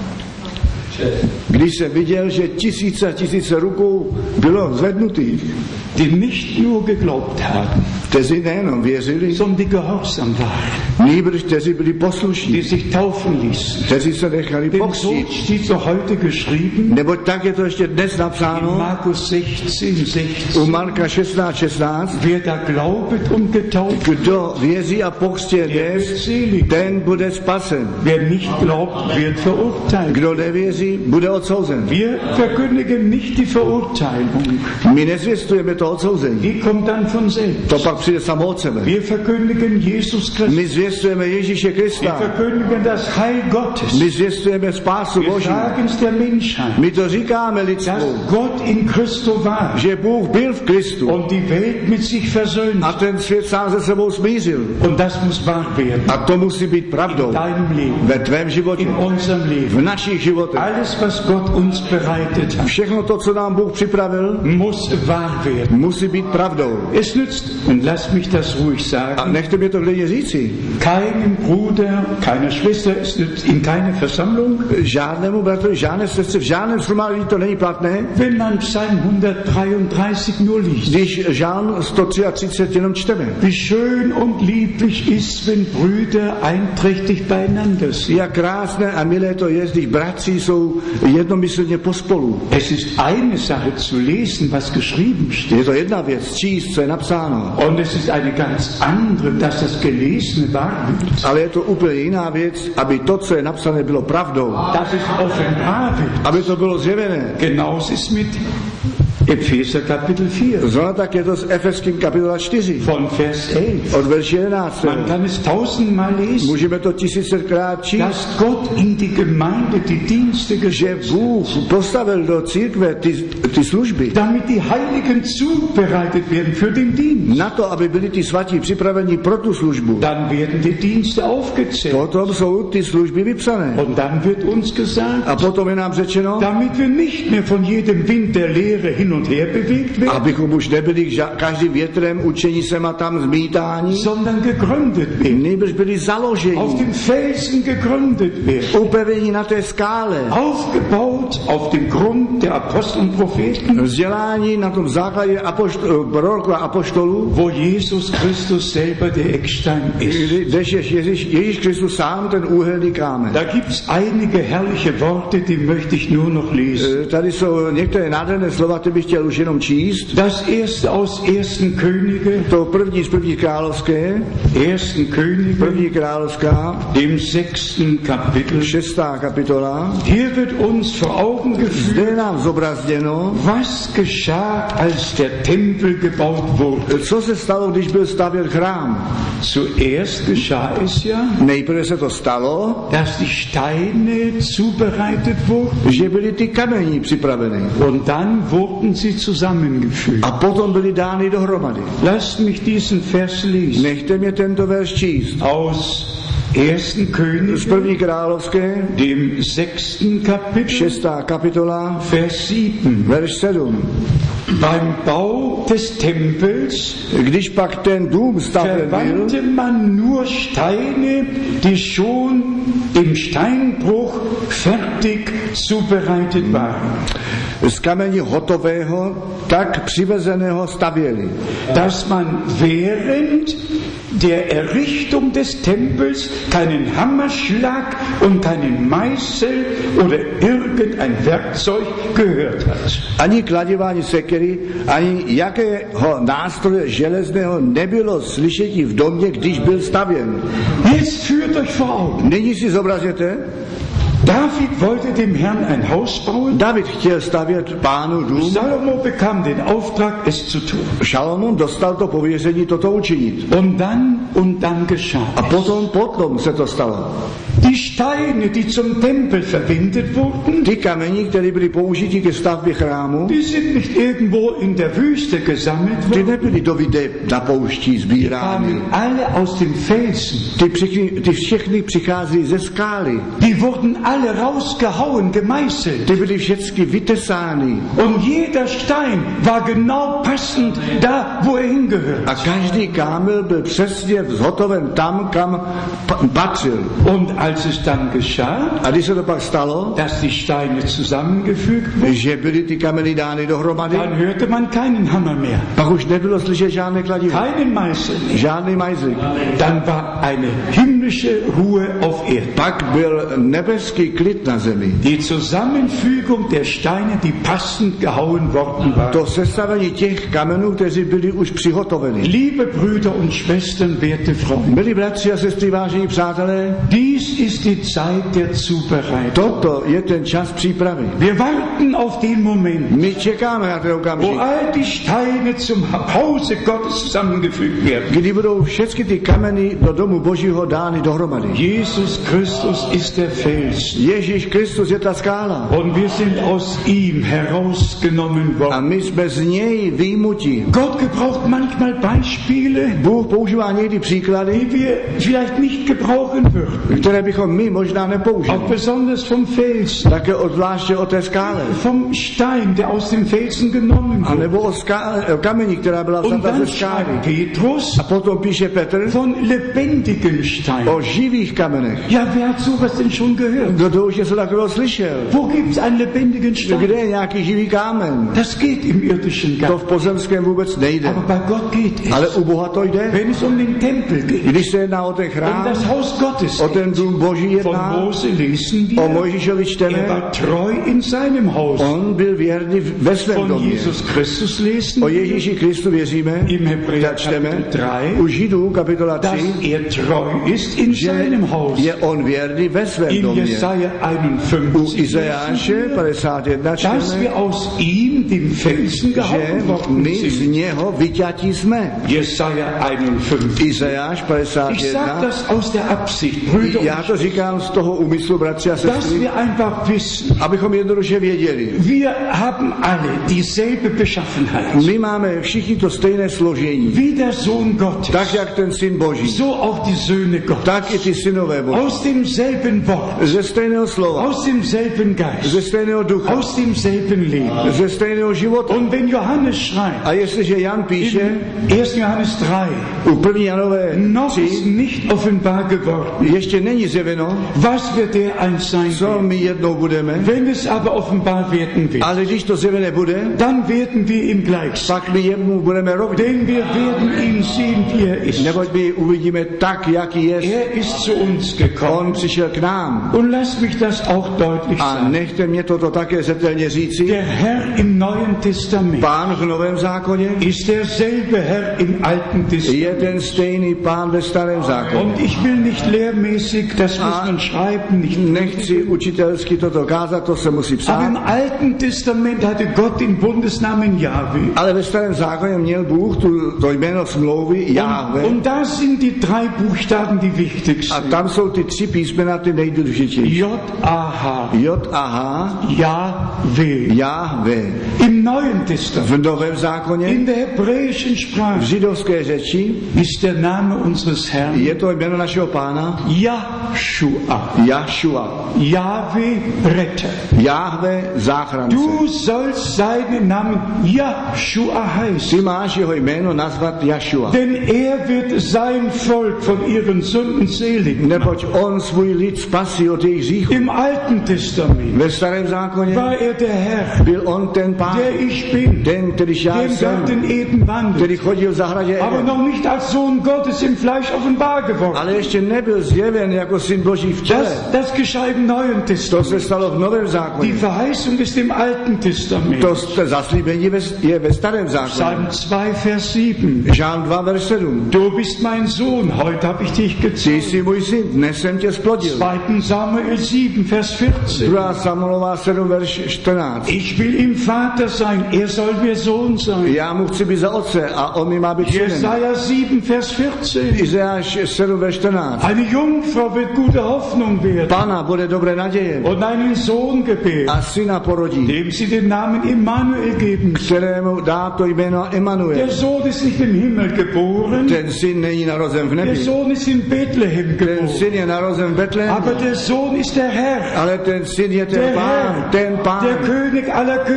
Když jsem viděl, že tisíce a tisíce rukou bylo zvednutých, Die nicht nur geglaubt haben, kteří nejenom věřili, sondern die gehorsam waren, nýbrž kteří byli poslušní, die sich taufen ließen. kteří se nechali Denn so pokřtít. steht so heute geschrieben, Neboť tak je to ještě dnes in napsáno Markus 16, u 16, Marka 16:16. wer da glaubet und getauft, Kdo věří a pokřtěn der je, ist selig. ten bude spasen. Wer nicht glaubt, wird verurteilt. Kdo nevěří, bude odsouzen. Wir verkündigen nicht die Verurteilung, My nezvěstujeme to odsouzení. Die kommt dann von selbst. To pak přijde samo od sebe. Wir verkündigen Jesus Christus. My zvěstujeme Ježíše Wir Krista. verkündigen das Heil Gottes. My zvěstujeme spásu Wir Boží. sagen es der Menschheit, My to říkáme lidstvu, dass Gott in Christo war že Bůh byl v Kristu und die Welt mit sich versöhnt. a ten svět sám se sebou smířil. Und das muss wahr werden. A to musí být pravdou In deinem Leben, ve tvém životě, in unserem v Leben. našich životech. Alles, was Gott uns bereitet hat, Všechno to, co nám Bůh připravil, muss wahr werden. musí být pravdou. Es nützt, und lass mich das ruhig A sagen, nechte mě to klidně říci. keinem Bruder, keiner Schwester, es nützt in keiner Versammlung, Žádnému bratru, žádné sestře, v žádném shromáždění to není platné, wenn man Psalm 133 nur liest. když žálm 133 jenom čteme. Wie schön und lieblich ist, wenn Brüder einträchtig beieinander sind. Jak krásné a milé to je, když bratři jsou jednomyslně pospolu. Es ist eine Sache zu lesen, was geschrieben steht. Je to jedna věc, číst, co je napsáno. Und es ist eine ganz andere, dass das Gelesene wahr wird. Ale je to úplně jiná věc, aby to, co je napsané, bylo pravdou. Dass es offenbar wird. Aby to bylo zjevené. Genauso ist mit Epheser Kapitel 4. Zrovna tak je to s Efeským kapitola 4. Von Vers 11. Od verše 11. Man kann es tausendmal lesen, Můžeme to 1000krát číst, dass Gott in die Gemeinde die Dienste že gesetzt Bůh postavil do církve ty služby damit die Heiligen zubereitet werden für den Dienst. na to, aby byli ty svatí připraveni pro tu službu. Dann werden die Dienste aufgezählt. Potom jsou ty služby vypsané. Und dann wird uns gesagt, A potom je nám řečeno, damit wir nicht mehr von jedem Wind der Lehre hin und her bewegt werden, abychom už nebyli každým větrem učení sem a tam zmítání, sondern gegründet werden. nýbrž byli Auf založeni, dem Felsen gegründet werden. upevněni na té skále, Aufgebaut auf dem Grund der Apostel und Propheten, vzdělání na tom základě proroků a apoštolů, wo Jesus Christus selber der Eckstein ist. kdež je Ježíš Kristus sám ten úhelný kámen. Da gibt es einige herrliche Worte, die möchte ich nur noch lesen. Tady jsou některé nádherné slova, ty bych chtěl už jenom číst. Das erste aus 1. Könige, To první z první královské, 1. Könige, první královská, dem 6. Kapitel. 6. kapitola. Hier wird uns vor Augen geführt, Zde je nám zobrazděno, was geschah, als der Tempel gebaut wurde. co se stalo, když byl stavěn chrám. Zuerst geschah es ja, Nejprve se to stalo, dass die Steine zubereitet wurden že byly ty kamení připraveny. und dann wurden sie zusammengefügt. A potom byly dány dohromady. Lasst mich diesen Vers lesen. Nechte mě tento verš číst. Aus 1. Z Könige, první královské, dem 6. Kapitel, 6. kapitola, Vers 7. verš 7. Beim Bau des Tempels Když pak ten dům stavěn byl, verwandte man nur Steine, die schon im Steinbruch fertig zubereitet waren. z kamení hotového, tak přivezeného stavěli. Dass man während der Errichtung des Tempels keinen Hammerschlag und keinen Meißel oder irgendein Werkzeug gehört hat. Ani kladivání sekery, ani jakého nástroje železného nebylo slyšetí v domě, když byl stavěn. Jetzt führt euch vor Augen. Nyní si zobrazněte, David wollte dem Herrn ein Haus bauen. David chtěl stavět pánu dům, Salomo bekam den Auftrag, es zu tun. Šalomon dostal to pověření toto učinit. Und dann geschah A es. potom se to stalo. Die Steine, die zum Tempel verwendet wurden, Ty kamení, které byly použity ke stavbě chrámu, die sind nicht irgendwo in der Wüste gesammelt ty worden. nebyly dovide na pouští sbírány. Kamen alle aus dem Felsen. Ty všechny přicházely ze skály. Die wurden alle rausgehauen, gemeißelt. Ty byly všechny vytesány. Und jeder Stein war genau passend da, wo er hingehört. A každý kámel byl přesně zhotoven tam, kam patřil. Und als es dann geschah, A když se to pak stalo, dass die Steine zusammengefügt wurden, že byly ty kameny dány dohromady, dann hörte man keinen Hammer mehr, pak už nebylo slyšet žádné kladivo, keinen Meißel mehr. žádný majzlik. Dann war eine himmlische Ruhe auf Erden. Pak byl nebeský velký klid na zemi. Die Zusammenfügung der Steine, die passend gehauen worden waren. To sestavení těch kamenů, kteří byli už přihotoveni. Liebe Brüder und Schwestern, werte Freunde, Milí bratři a sestry, vážení přátelé, dies ist die Zeit der Zubereitung. toto je ten čas přípravy. Wir warten auf den Moment, My čekáme na ten wo okamžik, all die Steine zum Hause Gottes zusammengefügt werden. kdy budou všechny ty kameny do domu Božího dány dohromady. Jesus Christus ist der Fels. Ježíš Kristus je ta skála. Und wir sind aus ihm herausgenommen A worden. my jsme z něj výjimutí. Gott gebraucht manchmal Beispiele, Bůh používá někdy příklady, die wir vielleicht nicht gebrauchen würden. které bychom my možná nepoužili. Auch besonders vom Fels, Také zvláště o té skále. vom Stein, der aus dem Felsen genommen A wurde. nebo o kameni, která byla Und vzata dann ze skály. schreibt Petrus A potom píše Petr von lebendigen Steinen. o živých kamenech. Ja, wer hat sowas denn schon gehört? Kdo už něco takového slyšel? Wo gibt es einen lebendigen Stein? Kde je nějaký živý kámen? Das geht im irdischen To Geist. v pozemském vůbec nejde. Aber bei Gott geht Ale es. u Boha to jde. Wenn es um den Tempel geht, Když se jedná o ten um chrám, das Haus Gottes o geht, ten dům Boží von jedná, Mose lesen o wir, Mojžíšovi er čteme, war treu in seinem Haus. on byl věrný ve svém Von domě. Jesus Christus lesen O wir, Ježíši Kristu věříme, im Hebräer tak čteme, Kapitel 3, u Židů kapitola dass 3, er treu ist in že seinem Haus. je on věrný ve svém In domě. Jesaja U 51 Izajáše lesen wir, 51 dass čteme, wir aus ihm, dem Felsen, že gehauen worden my z sind. něho vyťatí jsme. Jesaja 51. Izajáš Ich 51. sage das aus der Absicht, Brüder, Já to říkám z toho úmyslu, bratři a dass sestry, wir einfach wissen, abychom jednoduše věděli. wir haben alle dieselbe Beschaffenheit. My máme všichni to stejné složení. Wie der Sohn Gottes, Tak, jak ten syn Boží, so auch die Söhne Gottes. tak i ty synové Boží. Aus demselben Wort, Ze stejného slova, aus demselben Geist, ze stejného ducha, aus demselben Leben. ze stejného života. Und wenn Johannes schreibt, A jestliže Jan píše in 1. Johannes 3, u 1. Janové noch ist 3, nicht offenbar geworden, ještě není zjeveno, was wir dereinst sein co werden. my jednou budeme, Wenn es aber offenbar werden wird, ale když to zjevené bude, dann werden wir ihm gleich sein. pak my jemu budeme rovni. Denn wir werden ihn sehen, wie er ist. Neboť my uvidíme tak, jaký je. Er ist zu uns gekommen. On přišel k nám. Und lasst mich das auch deutlich A sagen. nechte mě toto také zetelně říci. Der Herr im Neuen Testament Pán v Novém zákoně ist derselbe Herr im Alten Testament. je ten stejný Pán ve Starém zákoně. Und ich will nicht lehrmäßig, das muss man schreiben, nicht Nechci učitelsky toto kázat, to se musí Aber psát. im Alten Testament hatte Gott den Bundesnamen Jahwe. Ale ve Starém zákoně měl Bůh to jméno smlouvy Jahve. Und da sind die drei Buchstaben die A wichtigsten. tam jsou ty tři písmena ty nejdůležitější. J-A-H. J-A-H, Jahwe. Jahve. Im Neuen Testament, V Novém zákoně, in der hebräischen v Sprache, židovské řeči, ist der Name unseres Herrn je to jméno našeho Pána Jahshua. Jašua. Jahwe Retter. Jahve záchránce. Du sollst seinen Namen Jahshua heißen. Ty máš jeho jméno nazvat Jašua. Denn er wird sein Volk von ihren Sünden selig. Neboť on svůj lid spasí od jejich hříchů. Im Alten Testament Ve Starém zákoně war er der Herr, byl on ten Pán, der ich bin, ten, kterýž já der im jsem, Garten Eden wandelt, který chodil v zahradě aber Eden. noch nicht als Sohn Gottes im Fleisch offenbar geworden. Ale ještě nebyl zjeven jako syn Boží v těle. Das geschah im Neuen To Testament. se stalo v Novém Die zákoně. Verheißung ist im Alten Testament. To zaslíbení je ve Starém zákoně. Psalm 2, Vers 7. Žálm 2, verš 7. Du bist mein Sohn, heute habe ich dich Ty gezeugt. jsi můj syn, dnes jsem tě splodil. 2. Samuel 7, Vers 14. 2. Samuelová 7, verš 14. Ich will ihm Vater sein, er soll mir Sohn sein. Já mu chci být za otce a on mi má být synem. Jesaja 7, Vers 14. Izajáš 7, verš 14. Eine Jungfrau wird gute Hoffnung werden Pana bude dobré naděje und einen Sohn gebären, a syna porodí, dem sie den Namen Immanuel geben. kterému dá to jméno Emanuel. Der Sohn ist nicht im Himmel geboren, Ten syn není narozen v der nebi. Sohn ist in Bethlehem Ten geboren. syn je narozen v Betlému. Aber der Sohn ist der Herr, Ale ten syn je ten der pán, Herr, ten pán, der König aller ten Könige,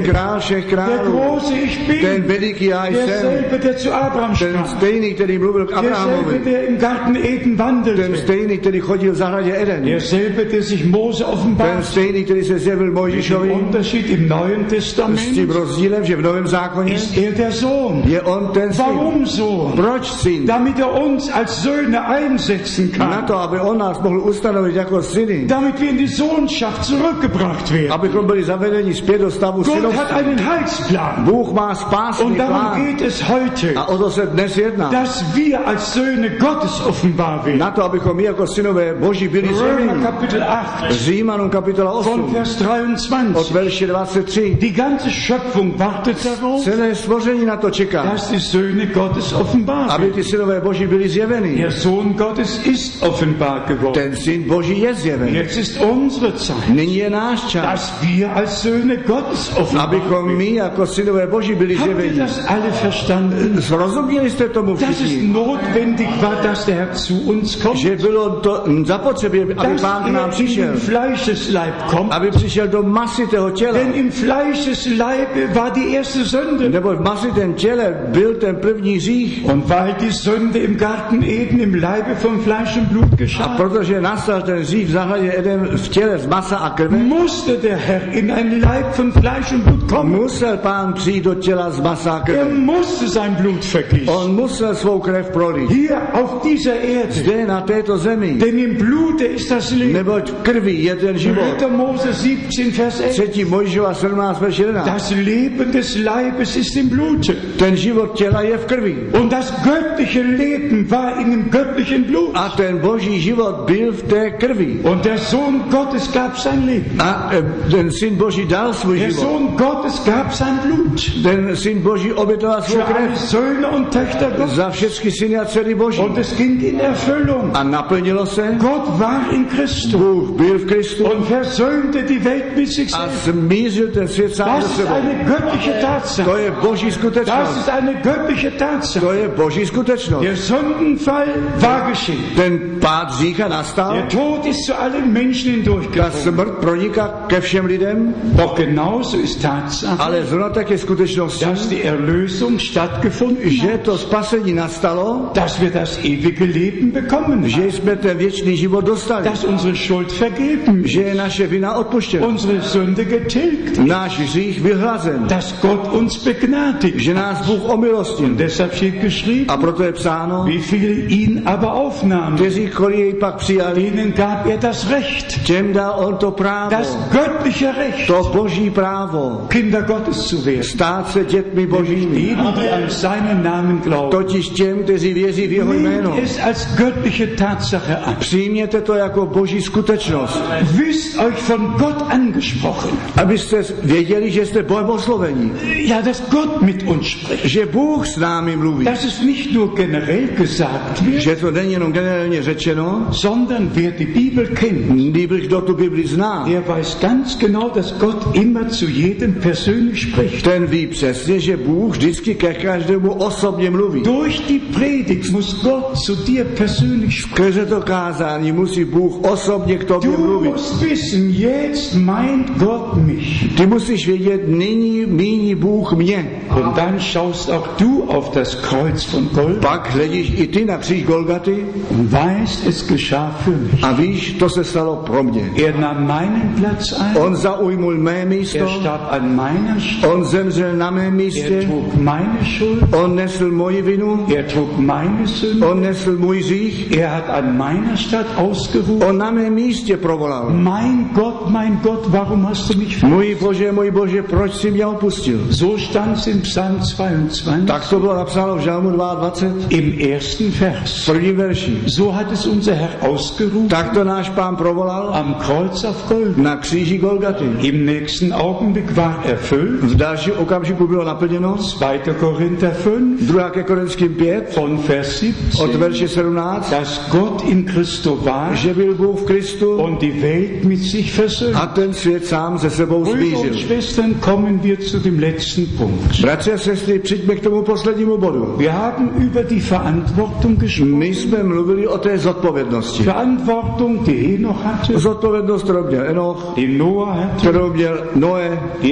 král všech der králů, große Ich ten bin, veliký já jsem, derselbe, der zu Abraham ten sprach, stejný, který mluvil k derselbe, Abrahamovi, der im Garten Eden ten wandelte, stejný, který chodil v zahradě Eden, derselbe, der sich Mose ten offenbart. stejný, který se zjevil Mit dem Mojžišovi, Unterschied im Neuen s tím Testament rozdílem, že v Novém zákoně ist er der Sohn. je on ten syn. Warum Sohn? Proč syn? Damit er uns als Söhne einsetzen Na kann. to, aby on nás mohl ustanovit jako syny, Damit wir in die Sohnschaft zurückgebracht werden. abychom byli zavedeni zpět do stavu Gott synovství. hat einen Heilsplan. Bůh má spásný Und darum plán geht es heute, a o to se dnes jedná. dass wir als Söhne Gottes offenbar werden. Na to, abychom my jako synové Boží byli Römer zjeveni. Kapitel 8, Římanům kapitola von 8, Vers od 23. verše 23. Die ganze Schöpfung wartet darauf, Celé stvoření na to čeká, dass die Söhne Gottes offenbar aby werden. ty synové Boží byli zjeveni. Der Sohn Gottes ist offenbar geworden. Ten syn Boží je zjeven. Jetzt ist unsere Zeit, Nyní je náš čas, dass wir als Söhne Gottes offenbar abychom werden. my jako synové Boží byli Habt ihr zjeveni. das alle verstanden? Zrozuměli jste tomu Dass es všichni, notwendig war, dass der Herr zu uns kommt, že bylo to zapotřebí, aby dass Pán k nám er in přišel, den Fleischesleib kommt, aby přišel do masitého těla. denn im Fleischesleib war die erste Sünde. Nebo v masitém těle byl ten první hřích. Und weil die Sünde im Garten Eden im Leibe von Fleisch und Blut A geschah, protože nastal ten hřích v zahradě Eden v těle z masa a krve, musste der Herr in ein Leib von Fleisch und Blut kommen. musel Pán přijít do těla z masa a Er krve. musste sein Blut vergießen. On musel svou krev prolít. Hier auf dieser Erde. Zde na této zemi. Denn im Blute ist das Leben. Neboť v krvi je ten život. 3. Mose 17, Vers 11. 3. Mojžíšova 17, verš 11. Das Leben des Leibes ist im Blute. Ten život těla je v krvi. Und das göttliche Leben war in dem göttlichen Blut. A ten boží život byl v té krvi. Und der Sohn Gottes gab sein Leben. A ten syn Boží dal svůj Der život. Sohn Gottes gab sein Blut. Ten syn Boží obětoval svou Für alle krev Söhne und Töchter Gottes. za všechny syny a dcery Boží. Und es ging in Erfüllung. A naplnilo se. Gott war in Christus Bůh byl v Kristu und versöhnte die Welt mit sich a selbst. smířil ten svět sám Das se ist sebou. eine göttliche To Tatsache. je boží Das skutečnost. ist eine göttliche Tatsache. To je boží skutečnost. Der Sündenfall war geschehen. Ten pád hřícha nastal, Der Tod ist zu allen Menschen ta hindurchgekommen. smrt proniká ke všem lidem, Doch genauso ist Tatsache, ale zrovna tak je skutečností, dass die Erlösung stattgefunden že hat, to spasení nastalo, dass wir das ewige Leben bekommen že haben, jsme ten věčný život dostali, dass unsere Schuld vergeben že ist, je naše vina odpuštěna, unsere Sünde getilgt, náš hřích vyhlazen, dass Gott uns begnadigt. že nás Bůh omilostil. Deshalb steht geschrieben, A proto je psáno, wie viele ihn aber aufnahmen, kteří jej pak přijali, denen gab er das Recht, těm dal on to právo, das göttliche Recht, to boží právo, Kinder Gottes zu werden. stát se dětmi božími, Denen, die an seinen Namen glauben. totiž těm, kteří věří v jeho jméno. Nehmt es als göttliche Tatsache an. Přijměte to jako boží skutečnost, Wisst euch von Gott angesprochen. abyste věděli, že jste Bohem osloveni, Ja, dass Gott mit uns spricht. že Bůh s námi mluví, Dass es nicht nur generell gesagt wird, že to není jenom generálně řečeno, sondern wer die Bibel kennt, kdo tu Bibli zná, der weiß ganz genau, dass Gott immer zu jedem persönlich spricht. ten ví přesně, že Bůh vždycky ke každému osobně mluví. Durch die Predigt muss Gott zu dir persönlich sprechen. Skrze to kázání musí Bůh osobně k tobě Du mluvit. musst wissen, jetzt meint Gott mich. Ty musíš vědět, nyní míní Bůh mě. Und dann schaust auch du auf das Kreuz von Golgatha Pak hledíš i ty na kříž Golgaty und weißt, es geschah für mich. a víš, to se stalo pro mě. Er nahm meinen Platz ein, On zaujmul mé místo, er starb an meiner Stelle, on zemřel na mém er místě, trug meine Schuld, on nesl moji vinu, er trug meine Sünde, on nesl můj hřích, er hat an meiner Stadt ausgerufen, on na mém místě provolal. mein Gott, warum hast du mich verlassen? Můj Bože, proč jsi mě opustil? So stand es im Psalm 22, Tak to bylo napsáno v Žalmu 22, im ersten Vers. v prvním verši. So hat es unser Herr ausgerufen, Tak to náš Pán provolal am Kreuz auf Golgatha. na kříži Golgaty. Im nächsten Augenblick war erfüllt, V dalším okamžiku bylo naplněno 2. Korinther 5, 2. ke Korinským 5 von Vers od 17, verše 17, dass Gott in Christo war že byl Bůh v Kristu und die Welt mit sich versöhnt. a ten svět sám se sebou Brüder und smířil. Schwestern, kommen wir zu dem letzten Punkt. Bratři a sestry, přijďme k tomu poslednímu bodu. Wir haben über die Verantwortung My gesprochen. jsme mluvili o té zodpovědnosti. Verantwortung, die Henoch hatte, Zodpovědnost, kterou měl Enoch, die Noah hatte, kterou měl Noé, die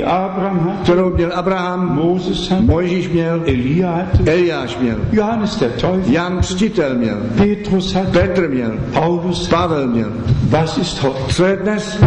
Abraham hat, kterou měl Abraham, Moses hat, Mojžíš měl, Elia hatte, Eliáš měl, Johannes der Täufer, Jan Křtitel měl, Petrus hat, Petr měl, Paulus hat. Pavel měl. Was ist heute? Co je dnes?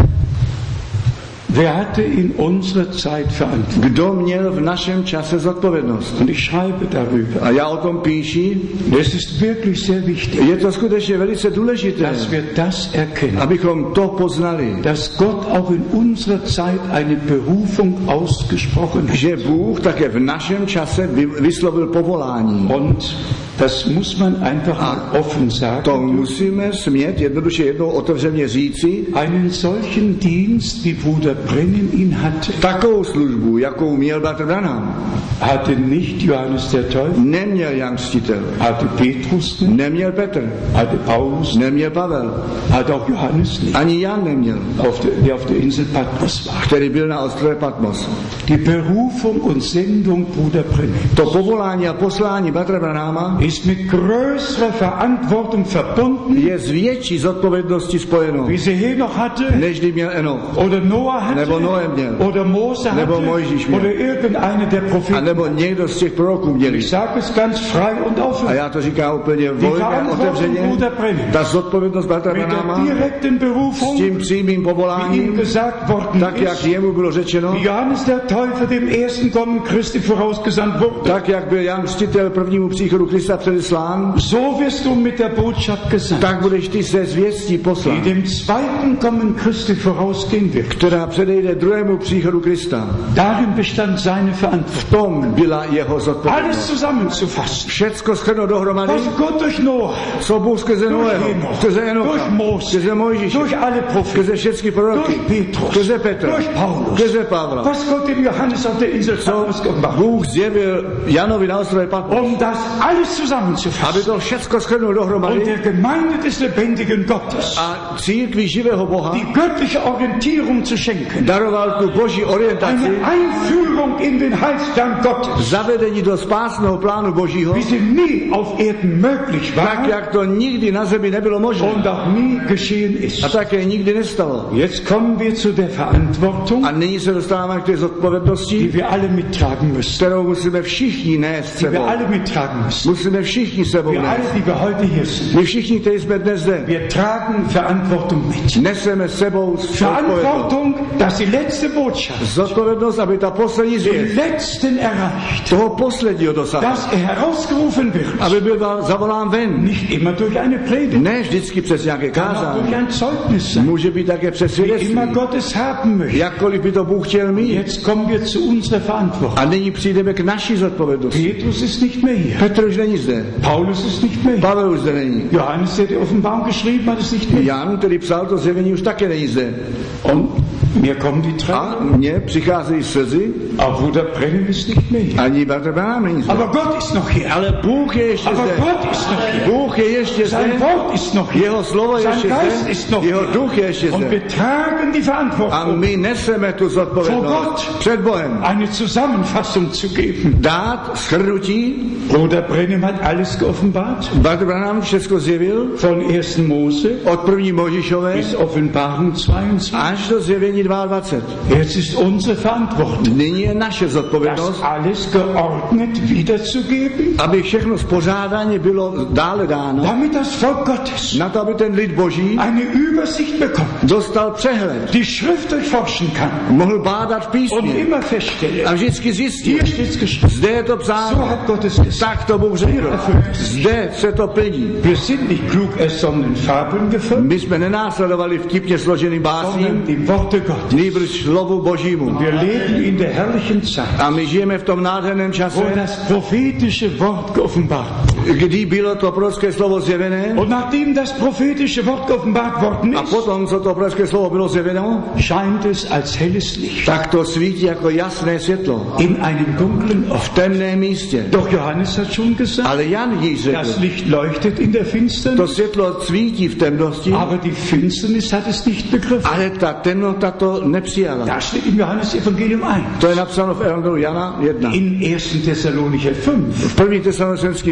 Wer hatte in unserer Zeit Verantwortung? Kdo měl v našem čase zodpovědnost? Und ich schreibe darüber. A já o tom píši. Es ist wirklich sehr wichtig, Je to skutečně velice důležité, dass wir das erkennen, abychom to poznali, dass Gott auch in unserer Zeit eine Berufung ausgesprochen hat. že Bůh také v našem čase vyslovil povolání. Und das muss man einfach mal offen sagen. To musíme smět jednoduše jednou otevřeně říci. Einen solchen Dienst, wie Bruder Brennan ihn hatte, Takovou službu, jakou měl bratr Branham, hatte nicht Johannes der Täufer, neměl Jan Křtitel, hatte Petrus nicht, neměl Petr, hatte Paulus nicht, neměl Pavel, hatte auch Johannes nicht, ani Jan neměl, der auf der Insel Patmos war. který byl na ostrově Patmos. Die Berufung und Sendung Bruder Brennan To povolání a poslání bratra Branhama ist mit größerer Verantwortung verbunden, je z větší zodpovědnosti spojeno, wie sie Henoch hatte, nežli měl Enoch, oder Noah hatte, nebo Noé měl, oder Mose nebo hatte, Mojžíš měl, oder irgendeiner der a Propheten. nebo někdo z těch proroků měli. Ich sage es ganz frei und A offen. já to říkám úplně Die volně a Verantwortung otevřeně. Bruder Brennan Ta zodpovědnost bratra mit der Branhama direkten s Berufung, tím přímým wie ihm povoláním, gesagt worden tak jak ist, jemu bylo řečeno, wie Johannes der Täufer dem ersten Kommen Christi vorausgesandt wurde. tak jak byl Jan Křtitel prvnímu příchodu Krista předeslán, So wirst du mit der Botschaft gesandt, tak budeš ty se zvěstí die poslán, dem zweiten Kommen Christi vorausgehen wird. která předejde druhému příchodu Krista. Darin bestand seine Verantwortung. V tom byla jeho Alles zodpovědnost. zusammenzufassen, Všecko shrnout dohromady, was Gott durch Noah, co Bůh skrze Noého, skrze Enocha, durch Mose, skrze Mojžíše, durch alle Propheten, skrze všechny proroky, durch Petrus, skrze Petra, durch Paulus, skrze Pavla, was Gott dem Johannes auf der Insel Patmos gemacht hat, Bůh zjevil Janovi na ostrově Patmos, um das alles aby zusammenzufassen to všecko shrnul und dohromady der Gemeinde des lebendigen Gottes a církvi živého Boha die göttliche Orientierung zu schenken, daroval tu boží orientaci, eine Einführung in den Heilsplan Gottes, zavedení do spásného plánu božího, wie sie nie auf Erden möglich tak war jak to nikdy na zemi nebylo možné und auch nie geschehen a ist. také nikdy nestalo. Jetzt kommen wir zu der Verantwortung, A nyní se dostáváme k té die zodpovědnosti, wir alle mittragen müssen. kterou musíme všichni nést Die wir sebou. alle mittragen müssen. Musíme všichni sebou Wir alle, nést. die wir heute hier sind. My všichni, kteří jsme dnes zde, Wir tragen Verantwortung mit. neseme sebou zodpovědnost. Verantwortung, dass die letzte Botschaft, Zodpovědnost, aby ta poslední den zvěst letzten erreicht, toho posledního dosáhla. dass herausgerufen wird. Aby byl zavolán ven. Nicht immer durch eine Predigt, Ne vždycky přes nějaké kann auch kázání. durch ein Zeugnis sein. Může být také přes Wie svědectví. immer Gott es haben möchte. Jakkoliv by to Bůh chtěl mít. Jetzt kommen wir zu unserer Verantwortung. A nyní přijdeme k naší zodpovědnosti. Petrus ist nicht mehr hier. Petr už není zde. Paulus ist nicht mehr hier. Pavel už zde není. Johannes, der die Offenbarung geschrieben hat, ist nicht mehr hier. Jan, který psal to zjevení, už také není zde. Und mir kommen die Tränen. A mně přicházejí slzy, Auch Bruder Brennan ist nicht mehr hier. ani bratr Branham není zde. Aber Gott ist noch hier. Ale Bůh je ještě Aber zde. Gott ist noch hier. Bůh je ještě zde. Sein Wort ist noch hier. Jeho slovo je Sein ještě Geist zde. ist noch Jeho hier. duch je ještě Und zde. wir tragen die A Verantwortung, my neseme tu Vor zodpovědnost Gott. před Bohem. eine Zusammenfassung zu geben. Dát shrnutí, Bruder Brennan hat alles geoffenbart. bratr Branham všechno zjevil, Von 1. Mose od první Mojžišové bis Offenbarung 22. až do zjevení 22. Jetzt ist unsere Verantwortung, Nyní je naše das zodpovědnost, alles geordnet wiederzugeben, aby všechno spořádaně bylo dále dáno, damit das Volk Gottes na to, aby ten lid boží eine Übersicht bekommt, dostal přehled, die Schrift durchforschen kann mohl bádat v und písmě immer feststellen, a vždycky zjistil, hier steht's geschrieben, zde je to so psáno, hat Gott es gesagt. tak to Bůh řekl, zde se to plní. Wir sind nicht klug ersonnenen Fabeln gefolgt, My jsme nenásledovali vtipně složeným básním, sondern dem Worte Gottes. nýbrž slovu božímu. Wir leben in der herrlichen Zeit, A my žijeme v tom nádherném wo čase, das prophetische Wort geoffenbart wurde. kdy bylo to prorocké slovo zjevené, Und nachdem das prophetische Wort geoffenbart worden a ist, potom, co to prorocké slovo bylo zjeveno, scheint es als helles Licht tak to svítí jako jasné světlo in einem dunklen v Ort. temném místě. Doch Johannes hat schon gesagt, Ale Jan již řekl, das Licht leuchtet in der to Finsternis, světlo svítí v temnosti, aber die Finsternis hat es nicht begriffen. ale ta temnota to nepřijala. Da steht im Johannes Evangelium 1. To je napsáno v Evangeliu Jana 1. In 1. Thessalonicher 5. V 1. Tesalonickým 5, In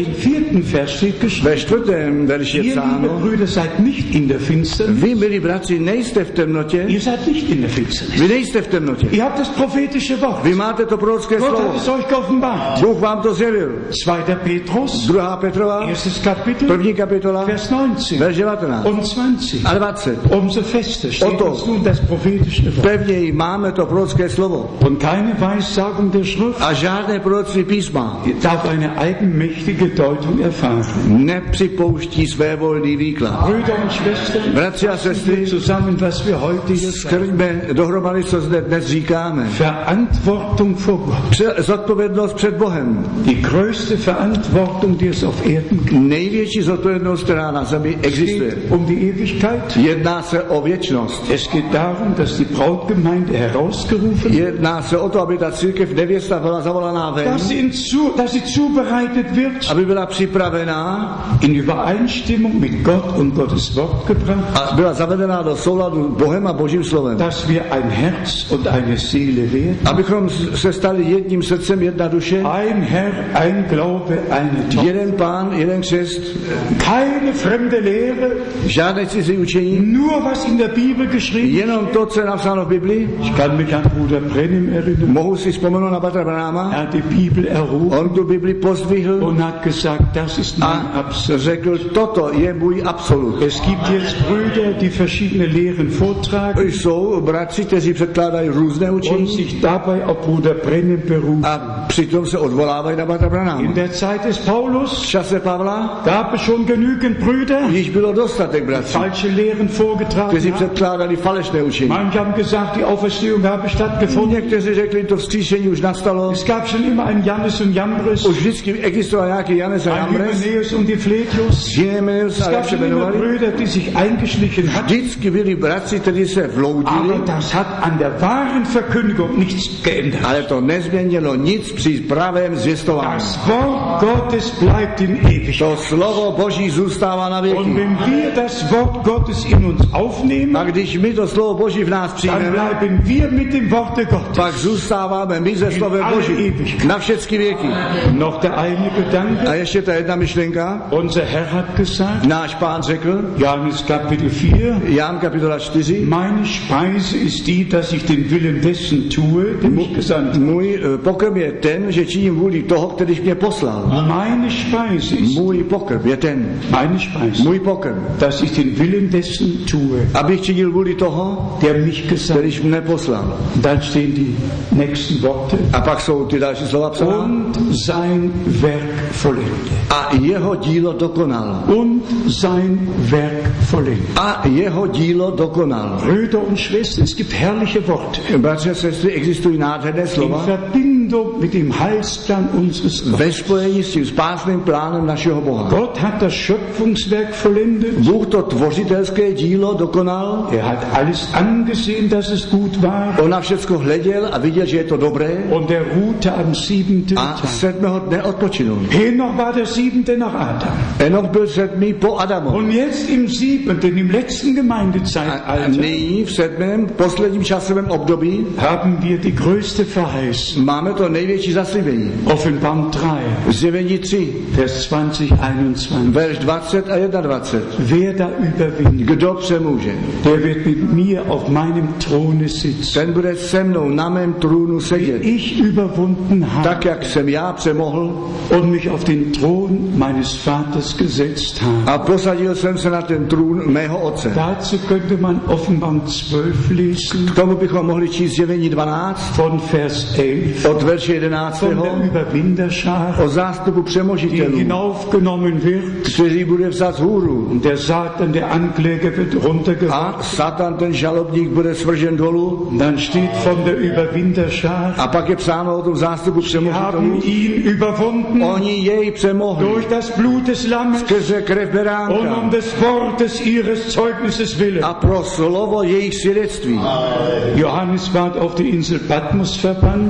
4. Vers steht Ve geschrieben, 4. verši je ihr, liebe psáno, Brüder, seid nicht in der Finsternis, vy, milí bratři, nejste v temnotě, ihr seid nicht in der Finsternis. vy nejste v temnotě. Ihr habt das prophetische Wort. Vy máte to prorocké Gott slovo. hat es euch geoffenbart. Bůh vám to zjevil. 2. Petrus, 2. Petrova, erstes Kapitel, první kapitola, Vers 19 verš 19 und 20. a 20. Umso fester steht Otto. uns nun das prophetische Wort. Pevněji máme to prorocké slovo. Und keine Weissagung der Schrift A žádné proroctví písma darf eine eigenmächtige Deutung erfahren. nepřipouští své volný výklad. Brüder und Schwestern, Bratři a sestry, zusammen, was wir heute hier sagen. skrňme dohromady, co zde dnes říkáme. Verantwortung vor Gott. Zodpovědnost před Bohem. Die größte Verantwortung, die es auf Erden gibt, Největší zodpovědnost, která na zemi existuje. geht um die Ewigkeit. Jedná se o věčnost. Es geht darum, dass die Brautgemeinde herausgerufen wird, Jedná se o to, aby ta církev nevěsta byla zavolaná ven, dass sie zubereitet wird, aby byla připravená in Übereinstimmung mit Gott und Gottes Wort gebracht, a byla zavedená do souladu Bohem a Božím slovem. dass wir ein Herz und eine Seele werden. Abychom se stali jedním srdcem, jedna duše, Ein Herr, ein Glaube, eine Taufe. jeden Pán, jeden křest, Keine fremde Lehre, žádné cizí učení, nur was in der Bibel geschrieben ist. jenom to, co je napsáno v Biblii. Ich kann mich an Bruder Brennim erinnern. Mohu si vzpomenout na Bratra Branhama. Er hat die Bibel erhoben On tu Bibli pozdvihl und hat gesagt, das ist mein a Absolut. řekl, toto je můj absolut. Es gibt jetzt Brüder, die verschiedene Lehren vortragen Jsou bratři, kteří předkládají různé und učení sich dabei auf Bruder Brennim berufen. a přitom se odvolávají na Bratra In Branhama. der Zeit des V Paulus čase Pavla gab es schon genügend Brüder, již bylo dostatek bratří, falsche Lehren vorgetragen kteří haben. předkládali falešné učení. Manche haben gesagt, die Auferstehung habe stattgefunden. Někteří řekli, to vzkříšení už nastalo, Es gab schon immer einen Jannes und Jambres, už vždycky existoval nějaký Janes a einen Jambres, Hymenaeus und Diphletus. Hymenaeus Es a gab jak se schon immer jmenovali. Brüder, die sich eingeschlichen hatten. Vždycky byli bratři, kteří se vloudili, Aber das hat an der wahren Verkündigung nichts geändert. ale to nezměnilo nic při pravém zvěstování. Das Wort Gottes bleibt in Ewigkeit. To slovo Boží zůstává na Und věky. wenn wir das Wort Gottes in uns aufnehmen, A když my to slovo Boží v nás dann přijmeme, bleiben wir mit dem Worte Gottes. pak zůstáváme my ze slovem Boží na všechny věky. Noch der eine A Gedanke. ještě ta jedna myšlenka. Unser Herr hat gesagt, Náš Pán řekl, Johannes Kapitel 4, Jan kapitola 4, meine Speise ist die, dass ich den Willen dessen tue, der mich gesandt hat. můj pokrm je ten, že činím vůli toho, který mě poslal. Meine Speise ist, Můj pokrm je ten, meine Speise, můj pokrm, dass ich den Willen dessen tue, abych činil vůli toho, der mich gesandt hat. který mě poslal. Dann stehen die nächsten Worte. A pak jsou ty další slova psaná. Und sein Werk vollende. A jeho dílo dokonal. Und sein Werk vollende. A jeho dílo dokonal. Brüder und Schwestern, es gibt herrliche Worte. Bratři a sestry, existují nádherné In slova Verbindung mit dem Heilsplan unseres Gottes. ve spojení s tím spásným plánem našeho Boha. Gott hat das Schöpfungswerk vollendet. Bůh to tvořitelské dílo dokonal. Er hat alles angesehen, dass es gut war. On na všecko hleděl a viděl, že je to dobré. Und er ruhte am 7. A Tag. 7. dne odpočinul. Henoch war der 7. nach Adam. Enoch byl 7. po Adamu. Und jetzt im 7., im letzten A Gemeindezeitalter, nyní v 7. posledním časovém období haben wir die größte Verheißung. máme to největší zaslíbení. Offenbarung 3, Zjevení 3, Vers 20, 21. verš 20 a 21. Wer da überwindet, Kdo přemůže? der wird mit mir auf meinem Throne sitzen. Ten bude se mnou na mém trůnu sedět. Ich überwunden habe Tak, jak jsem já přemohl und mich auf den Thron meines Vaters gesetzt habe. a posadil jsem se na ten trůn mého otce. Dazu könnte man Offenbarung 12 lesen, K tomu bychom mohli číst Zjevení 12 von Vers 11, od verše 11. von der Überwinderschar, o zástupu die přemožitelů, hinaufgenommen wird. kteří bude vzat hůru. Und der Satan, der Ankläger, wird runtergeworfen. A Satan, ten žalobník, bude svržen dolů. Und dann steht von der Überwinderschar, A pak je psáno o tom zástupu wir haben přemožitelů. ihn überwunden Oni jej přemohli durch das Blut des Lammes skrze krev und beránka um des Wortes ihres Zeugnisses willen. a pro slovo jejich svědectví. Johannes ward auf die Insel Patmos verbannt.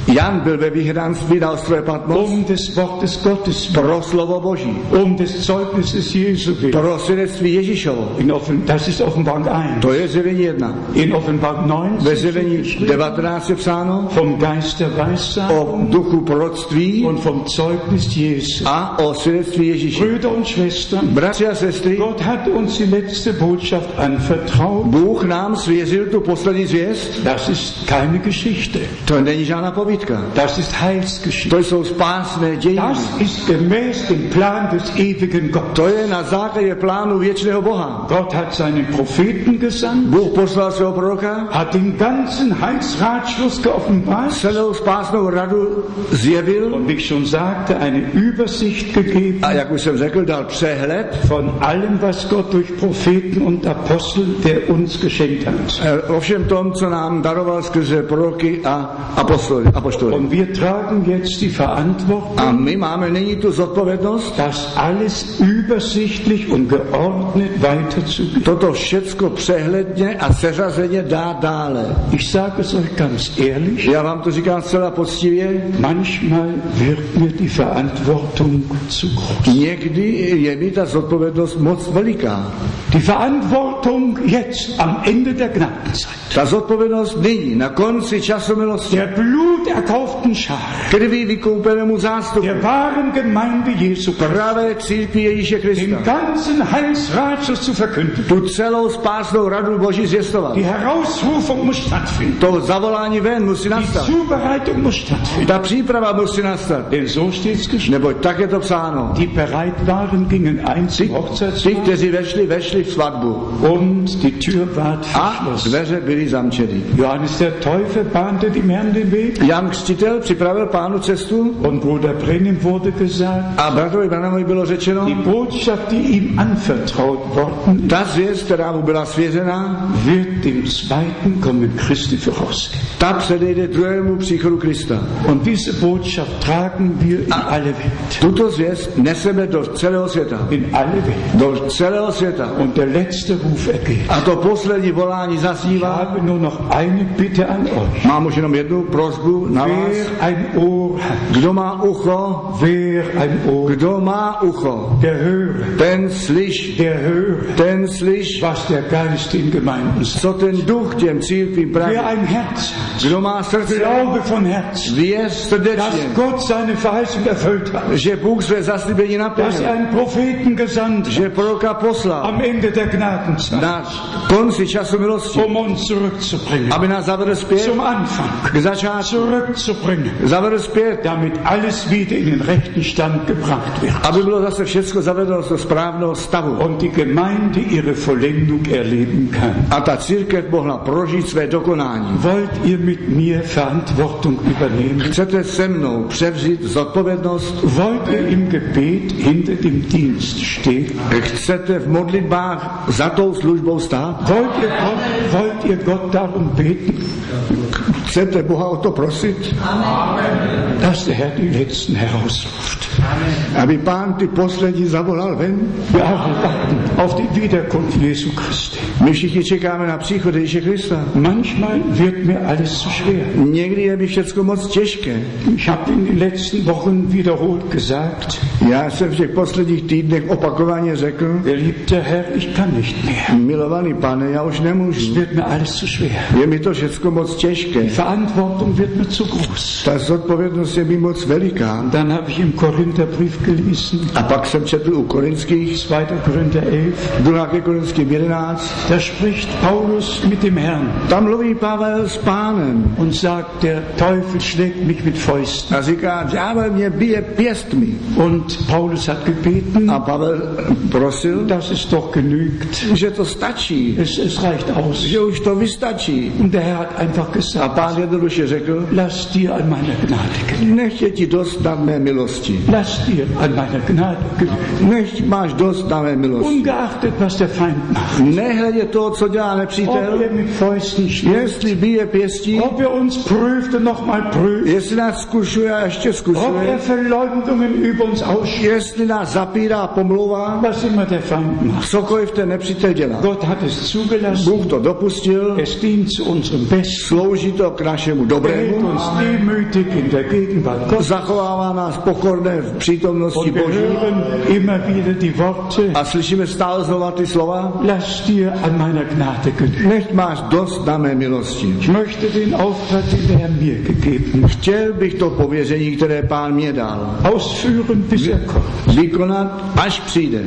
Jan byl ve vyhnanství na ostrově Patmos des Wortes Gottes, pro slovo Boží, des Zeugnisses Jesu willen. pro svědectví Ježíšovo. Das ist Offenbarung 1. To je zjevení 1. In Offenbarung 19 Ve zjevení 19 je psáno vom Geist der o Weissagung duchu proroctví und vom Zeugnis Jesu. a o svědectví Ježíše. Brüder und Schwestern, Bratři a sestry, Gott hat uns die letzte Botschaft anvertraut. Bůh nám svěřil tu poslední zvěst. Das ist keine Geschichte. To není žádná povídka. Das ist Heilsgeschichte. To jsou spásné dějiny. Das ist gemäß dem Plan des ewigen Gottes. To je na základě plánu věčného Boha. Gott hat seinen Propheten gesandt, Bůh poslal svého proroka, hat den ganzen Heilsratschluss geoffenbart celou spásnou radu zjevil und, wie ich schon sagte, eine Übersicht gegeben a jak už jsem řekl, dal přehled von allem, was Gott durch Propheten und Apostel, der uns geschenkt hat. o všem tom, co nám daroval skrze proroky a apoštoly. Und wir tragen jetzt die Verantwortung, A my máme nyní tu zodpovědnost das alles übersichtlich und geordnet weiterzugeben. toto všecko přehledně a seřazeně dát dále. Ich sage es euch ganz ehrlich, Já vám to říkám zcela poctivě, manchmal wird mir die Verantwortung zu groß. někdy je mi ta zodpovědnost moc veliká. Die Verantwortung jetzt am Ende der Gnadenzeit, Ta zodpovědnost nyní, na konci času milosti, der Blut erkauften Schar, krví vykoupenému zástupu, der wahren Gemeinde Jesu Christi, pravé církvi Ježíše den Krista, ganzen Heilsratschluss zu verkünden. tu celou spásnou radu Boží zvěstovat. Die Herausrufung muss stattfinden. To zavolání ven musí Die nastat. Zubereitung muss stattfinden. Ta příprava musí nastat. Denn so steht es geschrieben. Neboť tak je to psáno. Die bereit waren, gingen ein zum Ti, Hochzeitsmahl kteří vešli v svatbu. und die Tür ward A verschlossen. dveře byly zamčeny. Johannes der Täufer bahnte dem Herrn den Weg Jan Křtitel připravil Pánu cestu und Bruder Brennim wurde gesagt, a bratrovi Branhamovi bylo řečeno, die Botschaft, die ihm anvertraut worden ta zvěst, která mu byla svěřena, wird dem zweiten Kommen Christi vorausgehen. ta předejde druhému příchodu Krista. Und diese Botschaft tragen wir in alle Welt. Tuto zvěst neseme do celého světa. In alle Welt. Do celého světa. Und der letzte Ruf ergeht. A to poslední volání Ich zaznívá. habe nur noch eine Bitte an euch. Mám už jenom jednu prosbu na vás. Wer ein Ohr hat, Kdo má ucho, wer ein Ohr, kdo má ucho, der höre, ten slyš, der höre, ten slyš, was der Geist den Gemeinden sagt. co ten duch těm církvím praví. Wer ein Herz hat, Kdo má srdce, glaube von Herzen, věř dass srdečně, Gott seine Verheißung erfüllt hat, že Bůh své zaslíbení dass naplnil, er einen Propheten gesandt hat že proroka poslal am Ende der Gnadenzeit, na konci času milosti, uns zurückzubringen, aby nás zavedl zpět zum Anfang, k začátku, zurückzubringen, zavedl zpět, damit alles wieder in den rechten Stand gebracht wird aby bylo zase všechno zavedeno do správného stavu. und die Gemeinde ihre Vollendung erleben kann. A ta církev mohla prožít své dokonání. Wollt ihr mit mir Verantwortung übernehmen? Chcete se mnou převzít zodpovědnost? Wollt ihr im Gebet hinter dem Dienst stehen? Chcete v modlitbách za tou službou stát? Wollt ihr Gott darum beten, Chcete Boha o to prosit? dass der Herr die Letzten herausruft? Aby Pán ty poslední zavolal ven? Wir alle warten auf die Wiederkunft Jesu Christi. My všichni čekáme na příchod Ježíše Krista. Manchmal wird mir alles zu schwer. Někdy je mi všecko moc těžké. Ich habe in den letzten Wochen wiederholt gesagt, Já jsem v těch posledních týdnech opakovaně řekl, geliebter Herr, ich kann nicht mehr. milovaný Pane, já už Es nemůžu. wird mir alles zu schwer. Je mi to všecko moc těžké. Die Verantwortung wird mir zu groß. Ta zodpovědnost je mi moc veliká. Dann habe ich im Korintherbrief gelesen, A pak jsem četl u Korinských, 2. Korinther 11, 2. ke Korinským 11, da spricht Paulus mit dem Herrn tam mluví Pavel s Pánem und sagt, der Teufel schlägt mich mit Fäusten. a říká, ďábel mě bije pěstmi. Und Paulus hat gebeten, A Pavel prosil, dass es doch genügt. že to stačí, Es reicht aus. že už to vystačí. Und der Herr hat einfach A gesagt, Pán jednoduše řekl, lass dir an meiner Gnade genügen. nech je ti dost na mé milosti. Lass dir an meiner Gnade genügen. Nech máš dost na mé milosti. Ungeachtet, was der Feind macht. Nehledě to, co dělá Ob nepřítel, mit Fäusten schlägt, jestli bije pěstí, ob uns prüft und nochmal prüft, jestli nás zkušuje a ještě ob zkušuje, Verleumdungen über uns ausspricht, jestli nás zapírá a pomlouvá, was immer der Feind macht. cokoliv ten nepřítel dělá. Gott hat es zugelassen, Bůh to dopustil, es dient zu unserem Besten. slouží to k našemu Er hält dobrému, uns demütig in der Gegenwart Gottes. zachovává nás pokorné v přítomnosti Und wir Boží hören immer wieder die Worte, a slyšíme stále znova ty slova, lass dir an meiner Gnade genügen. nech máš dost na mé milosti. Ich möchte den Auftrag, den der Herr mir gegeben hat, Chtěl bych to pověření, které Pán mě dal, ausführen, bis er kommt. vykonat, až přijde.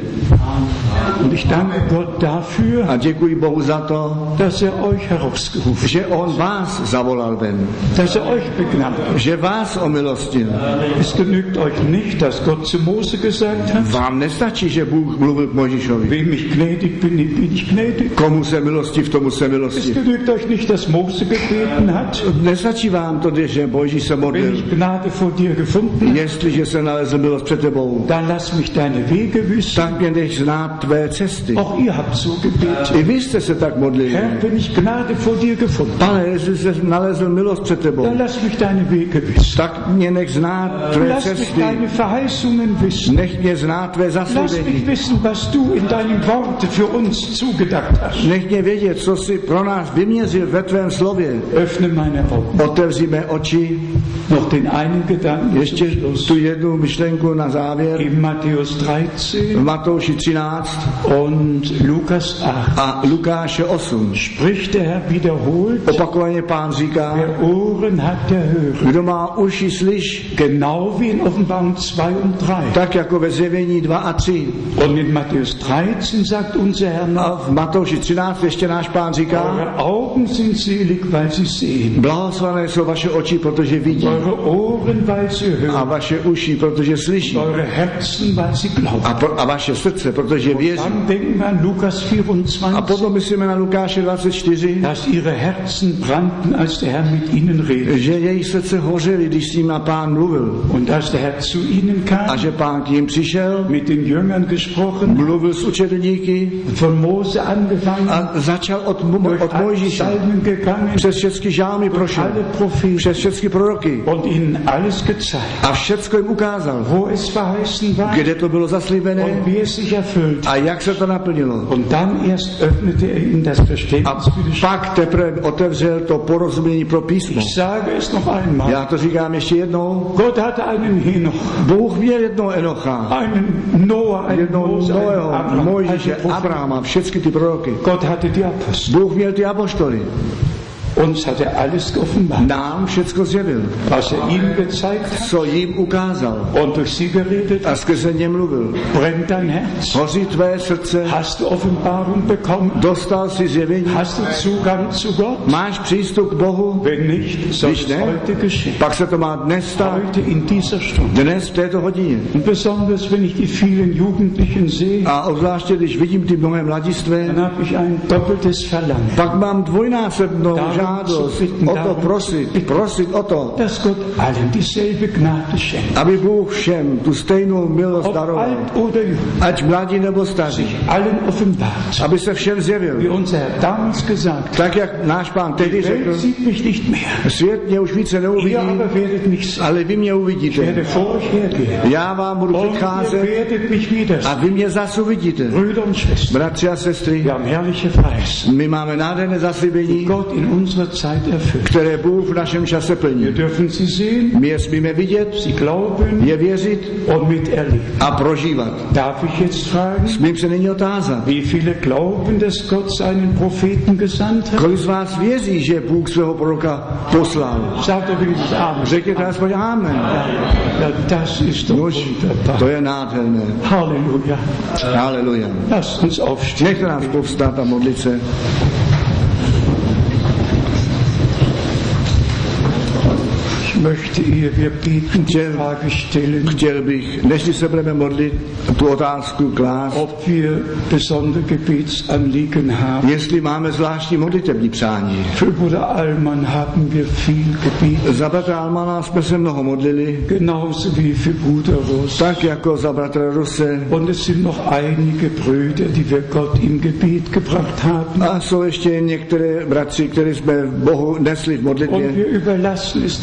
Und ich danke Gott dafür, A děkuji Bohu za to, dass er euch herausgerufen že on vás zavolal ven, hat, dass er euch begnadigt hat. že vás omilostil. Es genügt euch nicht, dass Gott zu Mose gesagt hat, Vám nestačí, že Bůh mluvil k Mojžíšovi. wem ich gnädig bin, dem bin ich gnädig. Komu se milostiv, tomu se Es milostiv. genügt euch nicht, dass Mose gebeten hat, Nestačí vám to, že Mojžíš se wenn modlil. ich Gnade vor dir gefunden habe, Jestliže se nalezl milost před tebou, dann lass mich deine Wege wissen. tak mě nech znát tvé cesty. Auch ihr habt so gebetet. I vy jste se tak modlili. Herr, wenn ich Gnade vor dir gefunden habe, Pane, jestli se nalezl milost před tebou, dann lass mich deine Wege wissen. tak mě nech znát tvé Lass mich cesty. deine Verheißungen wissen. Nech mě znát tvé Lass mich zaslíbení. wissen, was du in deinem Wort für uns zugedacht hast. Nech mě vědět, co jsi pro nás vyměřil ve tvém slově. Öffne meine Augen. Otevři mé oči. Noch den einen Gedanken zum Ještě Schluss. tu jednu myšlenku na závěr. In Matthäus V 13 Matouši 13 und Lukas 8 a Lukáše 8. spricht der Herr wiederholt, Opakovaně Pán říká, wer Ohren hat, der höre. kdo má uši, slyš, Genau wie in Offenbarung 2 und 3. tak jako ve Zjevení 2 a 3. Und in Matthäus 13 sagt unser Herr noch, A v Matouši 13 ještě náš Pán říká, eure Augen sind selig, weil sie sehen. blahoslavné jsou vaše oči, protože vidí, Eure Ohren, weil sie a hören. vaše uši, protože slyší, Eure Herzen, weil sie glauben. a vaše srdce, protože věří. Dann denken wir an Lukas A 24, potom myslíme na Lukáše 24, dass ihre Herzen brannten, als der Herr mit ihnen redete. že jejich srdce hořely, když s nimi Pán mluvil. Und als der Herr zu ihnen A kam, že Pán k ním přišel, mit den Jüngern gesprochen, mluvil s učedlníky von Mose angefangen, a začal od durch alle Mojžíše. Psalmen gegangen, Přes všechny žálmy prošel, alle Propheten přes všechny proroky und ihnen alles gezeigt, a všecko jim ukázal, wo es verheißen war kde to bylo zaslíbené und wie es sich erfüllt. a jak se to naplnilo. Und dann erst öffnete er ihnen das A Verständnis für die Schrift. pak teprve otevřel to porozumění pro písmo. Ich sage es noch einmal. Já to říkám ještě jednou. Gott hatte einen Henoch, Bůh měl jednoho Enocha, einen Noah, einen jednoho Mose, einen Noého, Abraham, Mojžíše, einen Propheten. Abrahama, všechny ty proroky. Gott hatte die Apostel. Bůh měl ty apoštoly. Uns hat er alles geoffenbart, Nám všecko zjevil, was er ihnen gezeigt hat co jim ukázal und durch sie geredet a hat. skrze ně mluvil. Brennt dein Herz? Hoří tvé srdce, Hast du Offenbarung bekommen? dostal si zjevení, Hast du Zugang zu Gott? máš přístup k Bohu, Wenn nicht, soll Když es ne, heute geschehen. pak se to má dnes stát, Heute in dieser Stunde. dnes v této hodině. Und besonders, wenn ich die vielen Jugendlichen sehe, A obzvláště, když vidím ty mnohé mladistvé, dann habe ich ein doppeltes Verlangen, pak mám dvojnásobnou žádost o to prosit o to, dass Gott allen dieselbe Gnade schenkt. aby Bůh všem tu stejnou milost Ob daroval, alt oder jung, ať mladí nebo staří, allen offenbart. aby se všem Wie zjevil. unser Herr damals gesagt hat, Tak, jak náš Pán tehdy die Welt řekl, sieht mich nicht mehr. svět mě už více neuvidí, Ihr aber werdet mich sehen. ale vy mě Ich uvidíte. werde vor euch hergehen. Já vám budu Und ihr předcházet werdet mich a wiedersehen. vy mě zase uvidíte. Brüder und Schwestern, Bratři a sestry, wir haben herrliche Verheißungen, my máme nádherné zaslíbení, Gott in unserer Zeit erfüllt. které Bůh v našem čase plní. Wir dürfen sie sehen, My je smíme vidět, sie glauben je věřit und miterleben. a prožívat. Darf ich jetzt fragen, Smím se nyní otázat, wie viele glauben, dass Gott seinen Propheten gesandt hat? kolik z vás věří, že Bůh svého proroka poslal? Sagt er wenigstens Amen. Řekněte aspoň amen. Ja, das ist doch Nož, to wunderbar. je nádherné. Halleluja. Haleluja. Lasst uns aufstehen. Nechte nás povstát a modlit se. Ich möchte, ehe wir beten, die Frage stellen, Chtěl bych, než se budeme modlit, tu otázku klást, ob wir besondere Gebetsanliegen haben. jestli máme zvláštní modlitební přání. Für Bruder Allmann haben wir viel gebetet, Za bratra Almana jsme se mnoho modlili, genauso wie für Bruder Ross. tak jako za bratra Ruse. Und es sind noch einige Brüder, die wir Gott im Gebet gebracht haben. A jsou ještě některé bratři, které jsme Bohu nesli v Und modlitbě. wir überlassen es dem Herrn,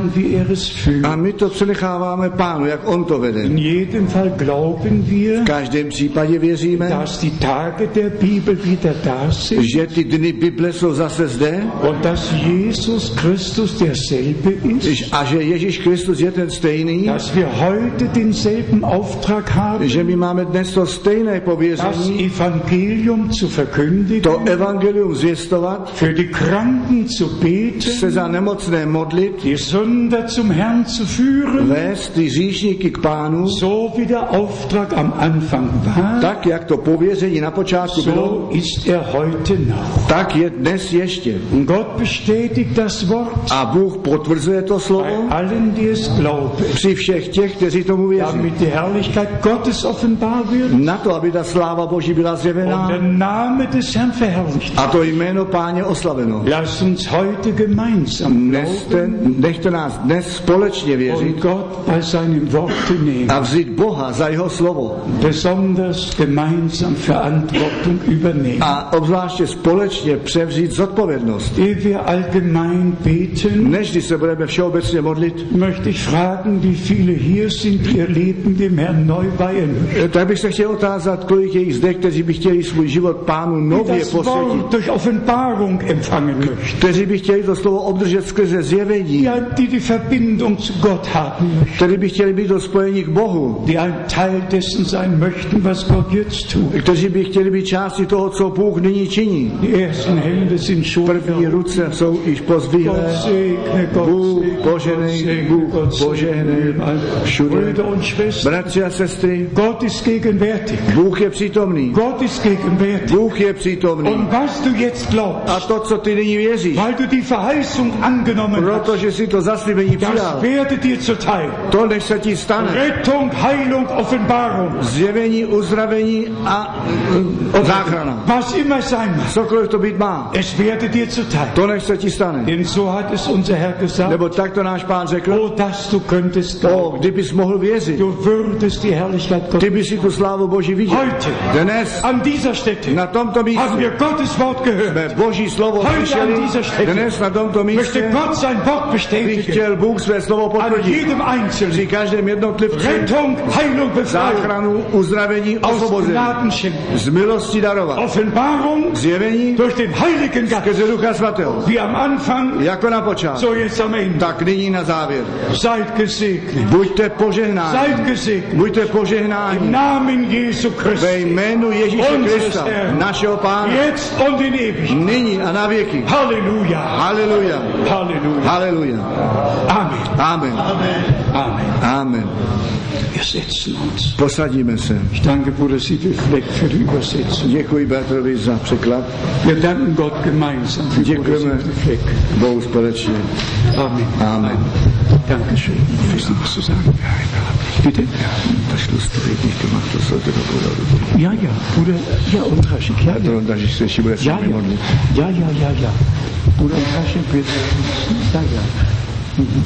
Herrn, wie er es führt. A my to přenecháváme Pánu, jak on to vede. In jedem Fall glauben wir, V každém případě věříme, dass die Tage der Bibel wieder da sind že ty dny Bible jsou zase zde und dass Jesus Christus derselbe ist, a že Ježíš Kristus je ten stejný, dass wir heute denselben Auftrag haben, že my máme dnes to stejné das pověření, Evangelium zu verkündigen, to evangelium zvěstovat, für die Kranken zu beten, se za nemocné modlit, die Sünder zum Herrn zu führen, vést ty hříšníky k Pánu, so wie der Auftrag am Anfang war, tak, jak to pověření na počátku bylo, so ist er heute noch. tak je dnes ještě. Und Gott bestätigt das Wort A Bůh potvrzuje to bei slovo allen, die es glauben, při všech těch, kteří tomu věří. damit die Herrlichkeit Gottes offenbar wird Na to, aby ta sláva Boží byla und zjevená der Name des Herrn verherrlicht. a to jméno Páně oslaveno. Lass uns heute gemeinsam glauben Nechte nás dnes společně věřit und Gott bei seinem Worte nehmen. a vzít Boha za jeho slovo Besonders gemeinsam Verantwortung übernehmen. a obzvláště společně převzít zodpovědnost. Ehe wir allgemein beten, Než když se budeme všeobecně modlit, möchte ich fragen, wie viele hier sind, die ihr Leben dem Herrn neu weihen möchten. tak bych se chtěl otázat, kolik je jich zde, kteří by chtěli svůj život Pánu Die nově das posvětit, Wort durch Offenbarung empfangen möchten. kteří by chtěli to slovo obdržet skrze zjevení, Ja, die die Verbindung zu Gott haben möchten. kteří by chtěli být do spojení k Bohu, Die ein Teil dessen sein möchten, was Gott jetzt tut. kteří by chtěli být částí toho, co Bůh nyní činí. Die ersten Hände sind schon První ruce jsou již pozdvihlé. Gott segne, Gott Bůh segne, poženej, Gott Bůh Gott segne. poženej všude. Brüder und Schwestern, Bratři a sestry, Gott ist gegenwärtig. Bůh je přítomný. Gott ist gegenwärtig. Bůh je přítomný. Und was du jetzt A glaubst, to, co ty nyní věříš, weil du die Verheißung angenommen hast, protože si to zaslíbení das přidal, werde dir zuteil. to než se ti stane. Rettung, Heilung, Offenbarung, Zjevení, uzdravení a záchrana. was immer sein mag, Cokoliv to být má, es werde dir zuteil. to než se ti stane. Denn so hat es unser Herr gesagt, Nebo tak to náš Pán řekl, oh, dass du könntest glauben. kdybys mohl věřit, Du würdest die Herrlichkeit Gottes. ty by si tu slávu Boží viděl. Heute, Dnes, an dieser Stätte, na tomto místě, haben wir Gottes Wort gehört. jsme Boží slovo Heute slyšeli. an dieser Stätte Dnes na tomto möchte místě Gott sein Wort by bestätigen. chtěl Bůh své slovo An potvrdit. jedem Einzelnen. Při každém jednotlivci Rettung, Heilung, Befreiung. záchranu, uzdravení, Aus osvobození. Gnaden schenken. Z milosti darovat. Offenbarung Zjevení durch den Heiligen Geist. skrze Ducha Svatého. Wie am Anfang, Jako na počátku, so jetzt am Ende. tak nyní na závěr. Seid gesegnet. Buďte požehnáni. Seid gesegnet. Buďte Im požehnáni. Namen Jesu Ve Christi. jménu Ježíše Unseres Krista, Herrn. našeho Pána, Jetzt und in Ewigkeit. nyní a na věky. Halleluja. Haleluja. Halleluja. Haleluja. Amen. Amen. Amen. Amen. Wir setzen uns. Posadíme se. Ich danke Bruder Siegel Fleck für die Übersetzung. Děkuji Bertrovi za překlad. Wir danken Gott gemeinsam für Bruder Děkujeme Siegel Fleck. Bohu společně. Amen. Amen. Dankeschön. Willst du was zu sagen? Bitte? Das lustig nicht gemacht, das sollte doch wohl. Ja, ja, Bruder, ja, und Raschik, ja, ja. To, takže se ještě bude s Ja, námi ja, modlit. ja, ja, ja, ja. Bruder und Raschik wird, ja, ja. Mhm.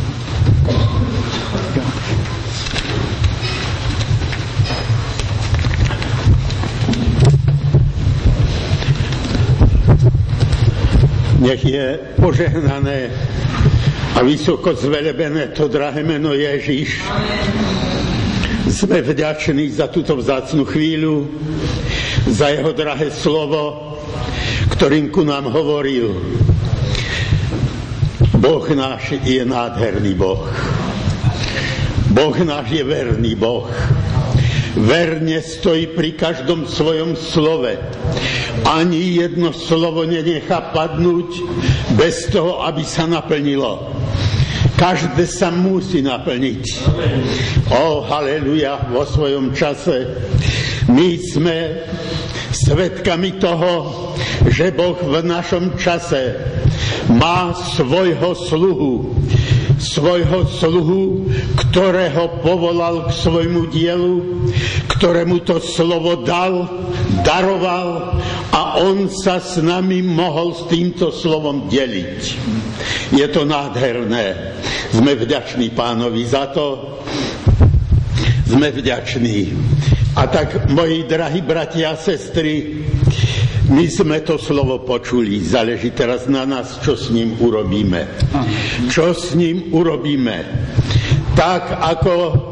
Ja. Nech je požehnané a vysoko zvelebené to drahé meno Ježíš. Sme vďační za túto vzácnu chvíľu, za jeho drahé slovo, ktorým ku nám hovoril. Boh náš je nádherný Boh. Boh náš je verný Boh. Verne stojí pri každom svojom slove. Ani jedno slovo nenechá padnúť bez toho, aby sa naplnilo. Každé sa musí naplniť. O, haleluja, vo svojom čase. My sme svedkami toho, že Boh v našom čase má svojho sluhu, ktorého povolal k svojmu dielu, ktorému to slovo dal, daroval a on sa s nami mohol s týmto slovom deliť. Je to nádherné. Sme vďační Pánovi za to. Sme vďační. A tak, moji drahí bratia a sestry, My sme to slovo počuli, záleží teraz na nás, čo s ním urobíme. Čo s ním urobíme? Tak ako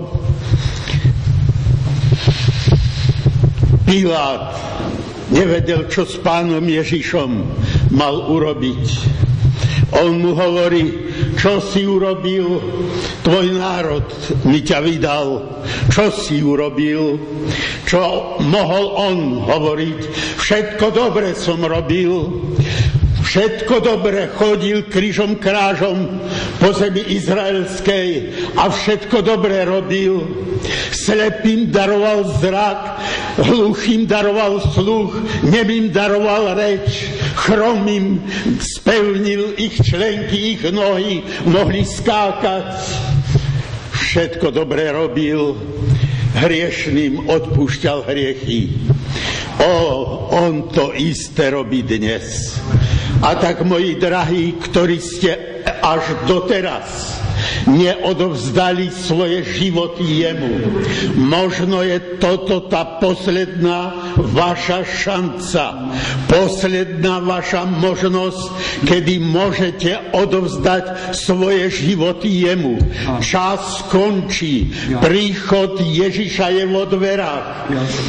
Pilát nevedel, čo s pánom Ježišom mal urobiť. On mu hovorí, čo si urobil, tvoj národ mi ťa vydal, čo si urobil, čo mohol on hovoriť, všetko dobre som robil, všetko dobre chodil krížom krážom po zemi izraelskej a všetko dobre robil. Slepým daroval zrak, hluchým daroval sluch, nemým daroval reč, chromým spevnil ich členky, ich nohy, mohli skákať. Všetko dobre robil, hriešným odpúšťal hriechy. On to isté robí dnes. A tak, moji drahí, ktorí ste až doteraz neodovzdali svoje životy jemu, možno je toto tá posledná vaša šanca, posledná vaša možnosť, kedy môžete odovzdať svoje životy jemu. Čas skončí, príchod Ježiša je vo dverách.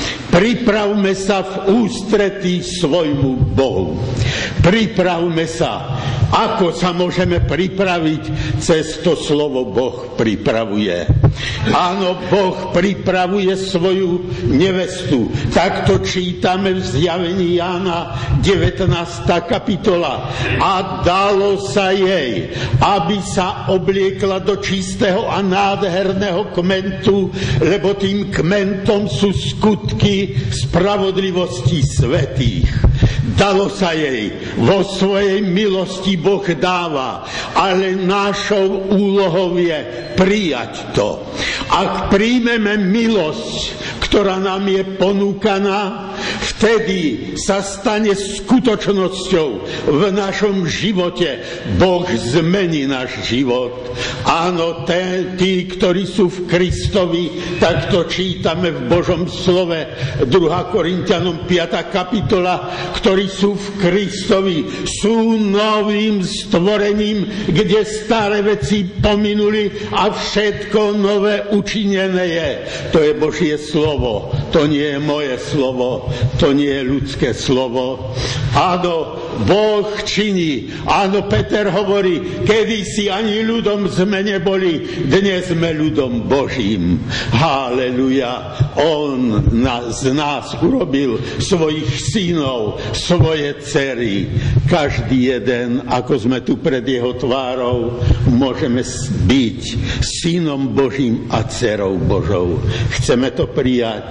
Pripravme sa v ústretí svojmu Bohu. Pripravme sa. Ako sa môžeme pripraviť? Cez to slovo Boh pripravuje. Áno, Boh pripravuje svoju nevestu. Takto čítame v Zjavení Jána 19. kapitola. A dalo sa jej, aby sa obliekla do čistého a nádherného kmentu, lebo tým kmentom sú skutky spravodlivosti svätých. Dalo sa jej, vo svojej milosti Boh dáva, ale našou úlohou je prijať to. Ak príjmeme milosť, ktorá nám je ponúkaná, vtedy sa stane skutočnosťou v našom živote. Boh zmení náš život. Áno, tí, ktorí sú v Kristovi, tak to čítame v Božom slove, 2. Korinťanom 5. kapitola, ktorí sú v Kristovi, sú novým stvorením, kde staré veci pominuli a všetko nové učinené je. To je Božie slovo, to nie je moje slovo, to nie je ľudské slovo. Áno, Boh činí. Áno, Peter hovorí, kedysi ani ľudom sme neboli, dnes sme ľudom Božím. Halleluja. On z nás urobil svojich synov, svoje dcery. Každý jeden, ako sme tu pred jeho tvárou, môžeme byť synom Božím a dcerou Božou. Chceme to prijať.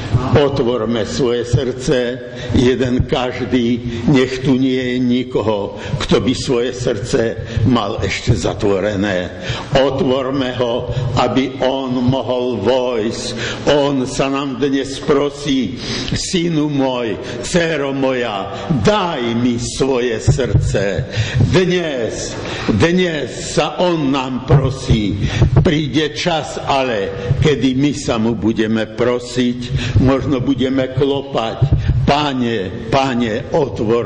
Otvorme svoje srdce, jeden každý, nech tu nie je nikoho, kto by svoje srdce mal ešte zatvorené. Otvorme ho, aby on mohol vojsť. On sa nám dnes prosí, synu môj, dcero moja, daj mi svoje srdce. Dnes sa on nám prosí. Príde čas ale, kedy my sa mu budeme prosiť, možno budeme klopať. Páne, otvor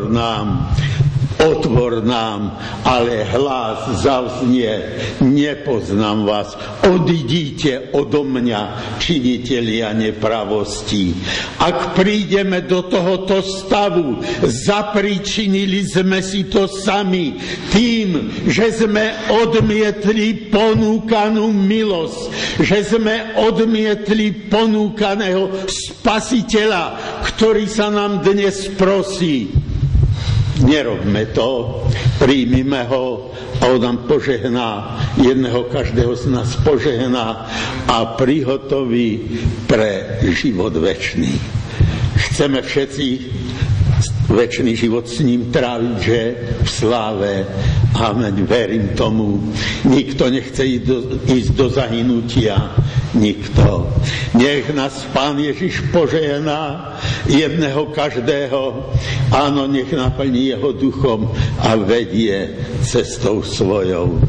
nám, ale hlas zavznie, nepoznám vás, odídite odo mňa, činitelia nepravosti. Ak prídeme do tohoto stavu, zapričinili sme si to sami tým, že sme odmietli ponúkanú milosť, že sme odmietli ponúkaného Spasiteľa, ktorý sa nám dnes prosí. Nerobme to, príjmime ho a on nám požehná, jedného každého z nás požehná a prihotoví pre život večný. Chceme všetci večný život s ním tráviť, že v sláve. Amen, verím tomu. Nikto nechce ísť do zahynutia. Nikto. Nech nás Pán Ježiš požehná, jedného každého. Áno, nech naplní jeho duchom a vedie cestou svojou.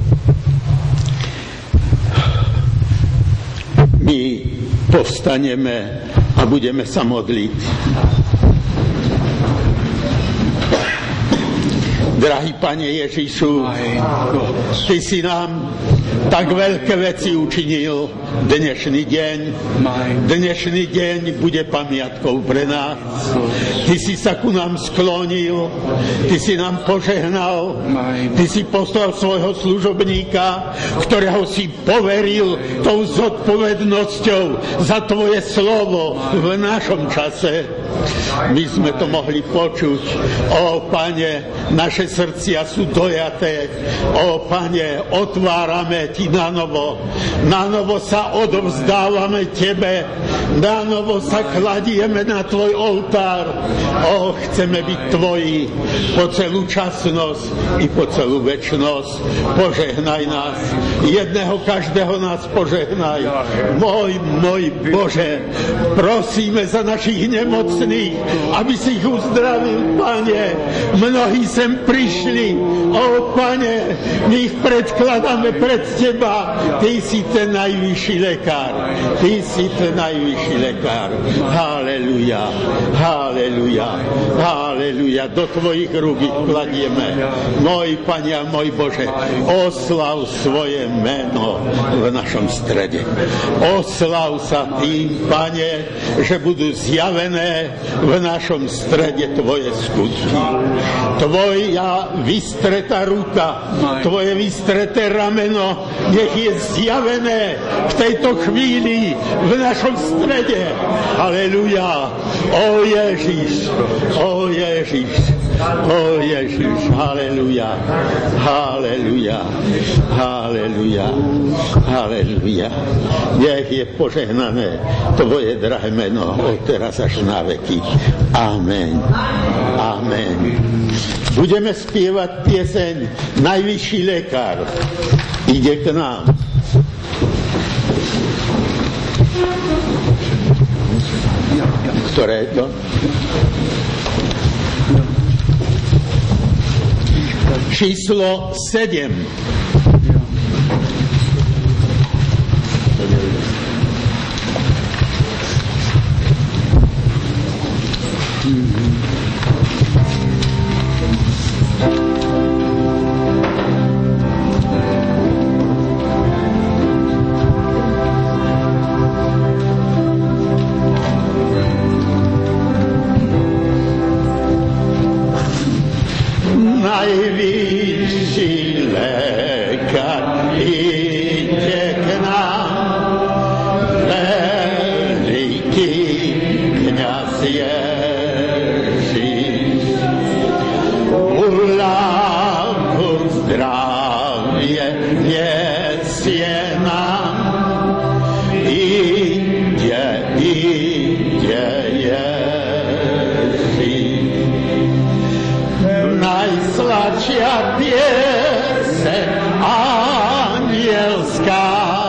My povstaneme a budeme sa modliť. Drahý Pane Ježišu, Ty si nám tak veľké veci učinil dnešný deň. Dnešný deň bude pamiatkou pre nás. Ty si sa ku nám sklonil, Ty si nám požehnal, Ty si poslal svojho služobníka, ktorého si poveril tou zodpovednosťou za Tvoje slovo v našom čase. My sme to mohli počuť. Ó, Pane, naše srdcia sú dojaté. Ó, Pane, otvárame Ti na novo sa odovzdávame Tebe, na novo sa kladieme na Tvoj oltár. Ó, chceme byť Tvoji po celú časnosť i po celú večnosť. Požehnaj nás, jedného každého nás požehnaj. Môj Bože, prosíme za našich nemocných, aby si ich uzdravil, Pane. Mnohí sem prišli. Ó, Pane, my ich predkladáme pred Teba. Ty si ten najvyšší lekár. Ty si ten najvyšší lekár. Haleluja, haleluja, haleluja. Do Tvojich rúk ich kladieme. Môj Pane a môj Bože, oslav svoje meno v našom strede. Oslav sa tým, Pane, že budú zjavené v našom strede Tvoje skutky. Tvoja vystretá ruka, Tvoje vystreté rameno, nech je zjavené v tejto chvíli v našom strede. Halleluja. O Ježiš, o Ježiš, o Ježiš. Halleluja, halleluja, halleluja, halleluja. Nech je požehnané Tvoje drahé meno od teraz až na veky. Amen. Amen. Budeme spievať pieseň Najvyšší lekár ide k nám. Ktoré je to? Číslo 7. Najvyšší lekár ide k nám, veľký kňaz Ježiš. Uľavku zdravie nesie nám, ide Ježiš. Najsladšia pieseň anielská,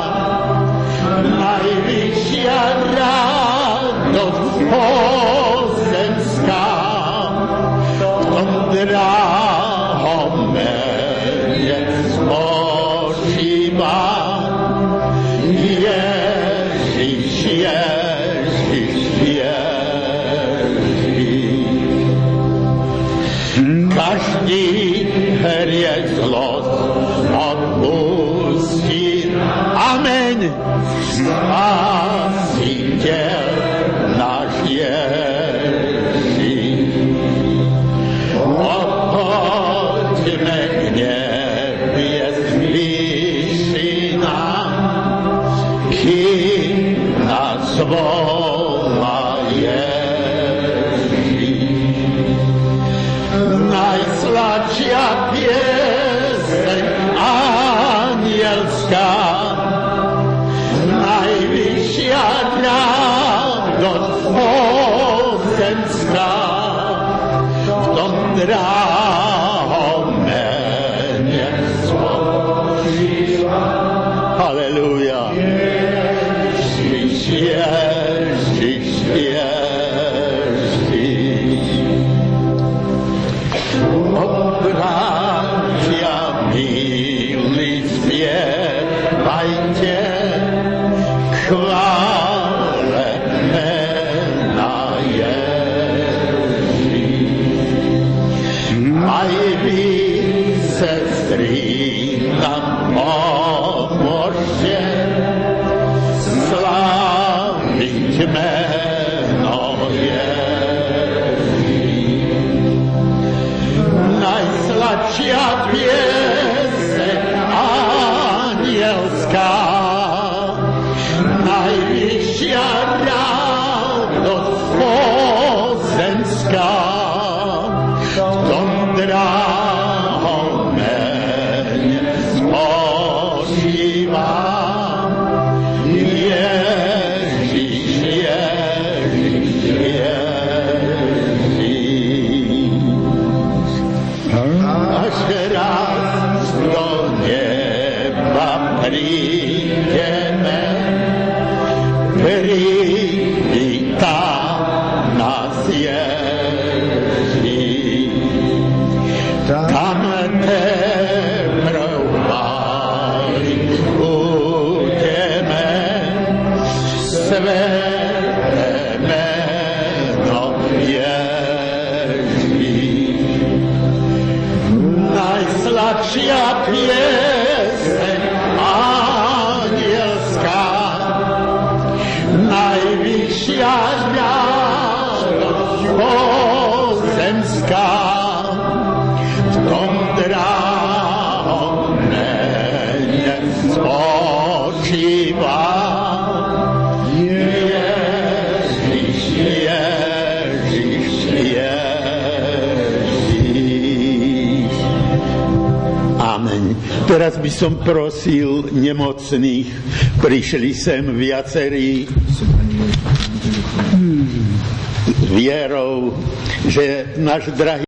najvyššia radosť pozemská, v tom drahom mene spočíva Ježiš, Ježiš, Ježiš. Každý hriech zlosť odpustí. Amen. Spasiteľ náš Ježiš. Poďme k nebies výšinám, kým nás volá najsladšia pieseň anielská, najvyššia radosť pozemská, v tom drahom mene spočíva. Halleluja. Ježiš, Ježiš, Ježiš. Bratia milí, spievajte chvále mena Ježiš. jméno Ježíš. Najsladší pieseň anielská, najvyšší radost pozemská, v tom drahom jméně spočívá. Ježíš, Ježíš, Ježíš. Až raz do neba přijdeme, přivítá nás Ježíš. Tam teprv budeme sväté jméno Ježíš. Najsladší pieseň anielská, najvyšší radost pozemská, v tom drahom jméně spočívá. Ježíš, Ježíš, Ježíš. Amen. Teraz by som prosil nemocných, prišli sem viacerí s vierou, že náš drahý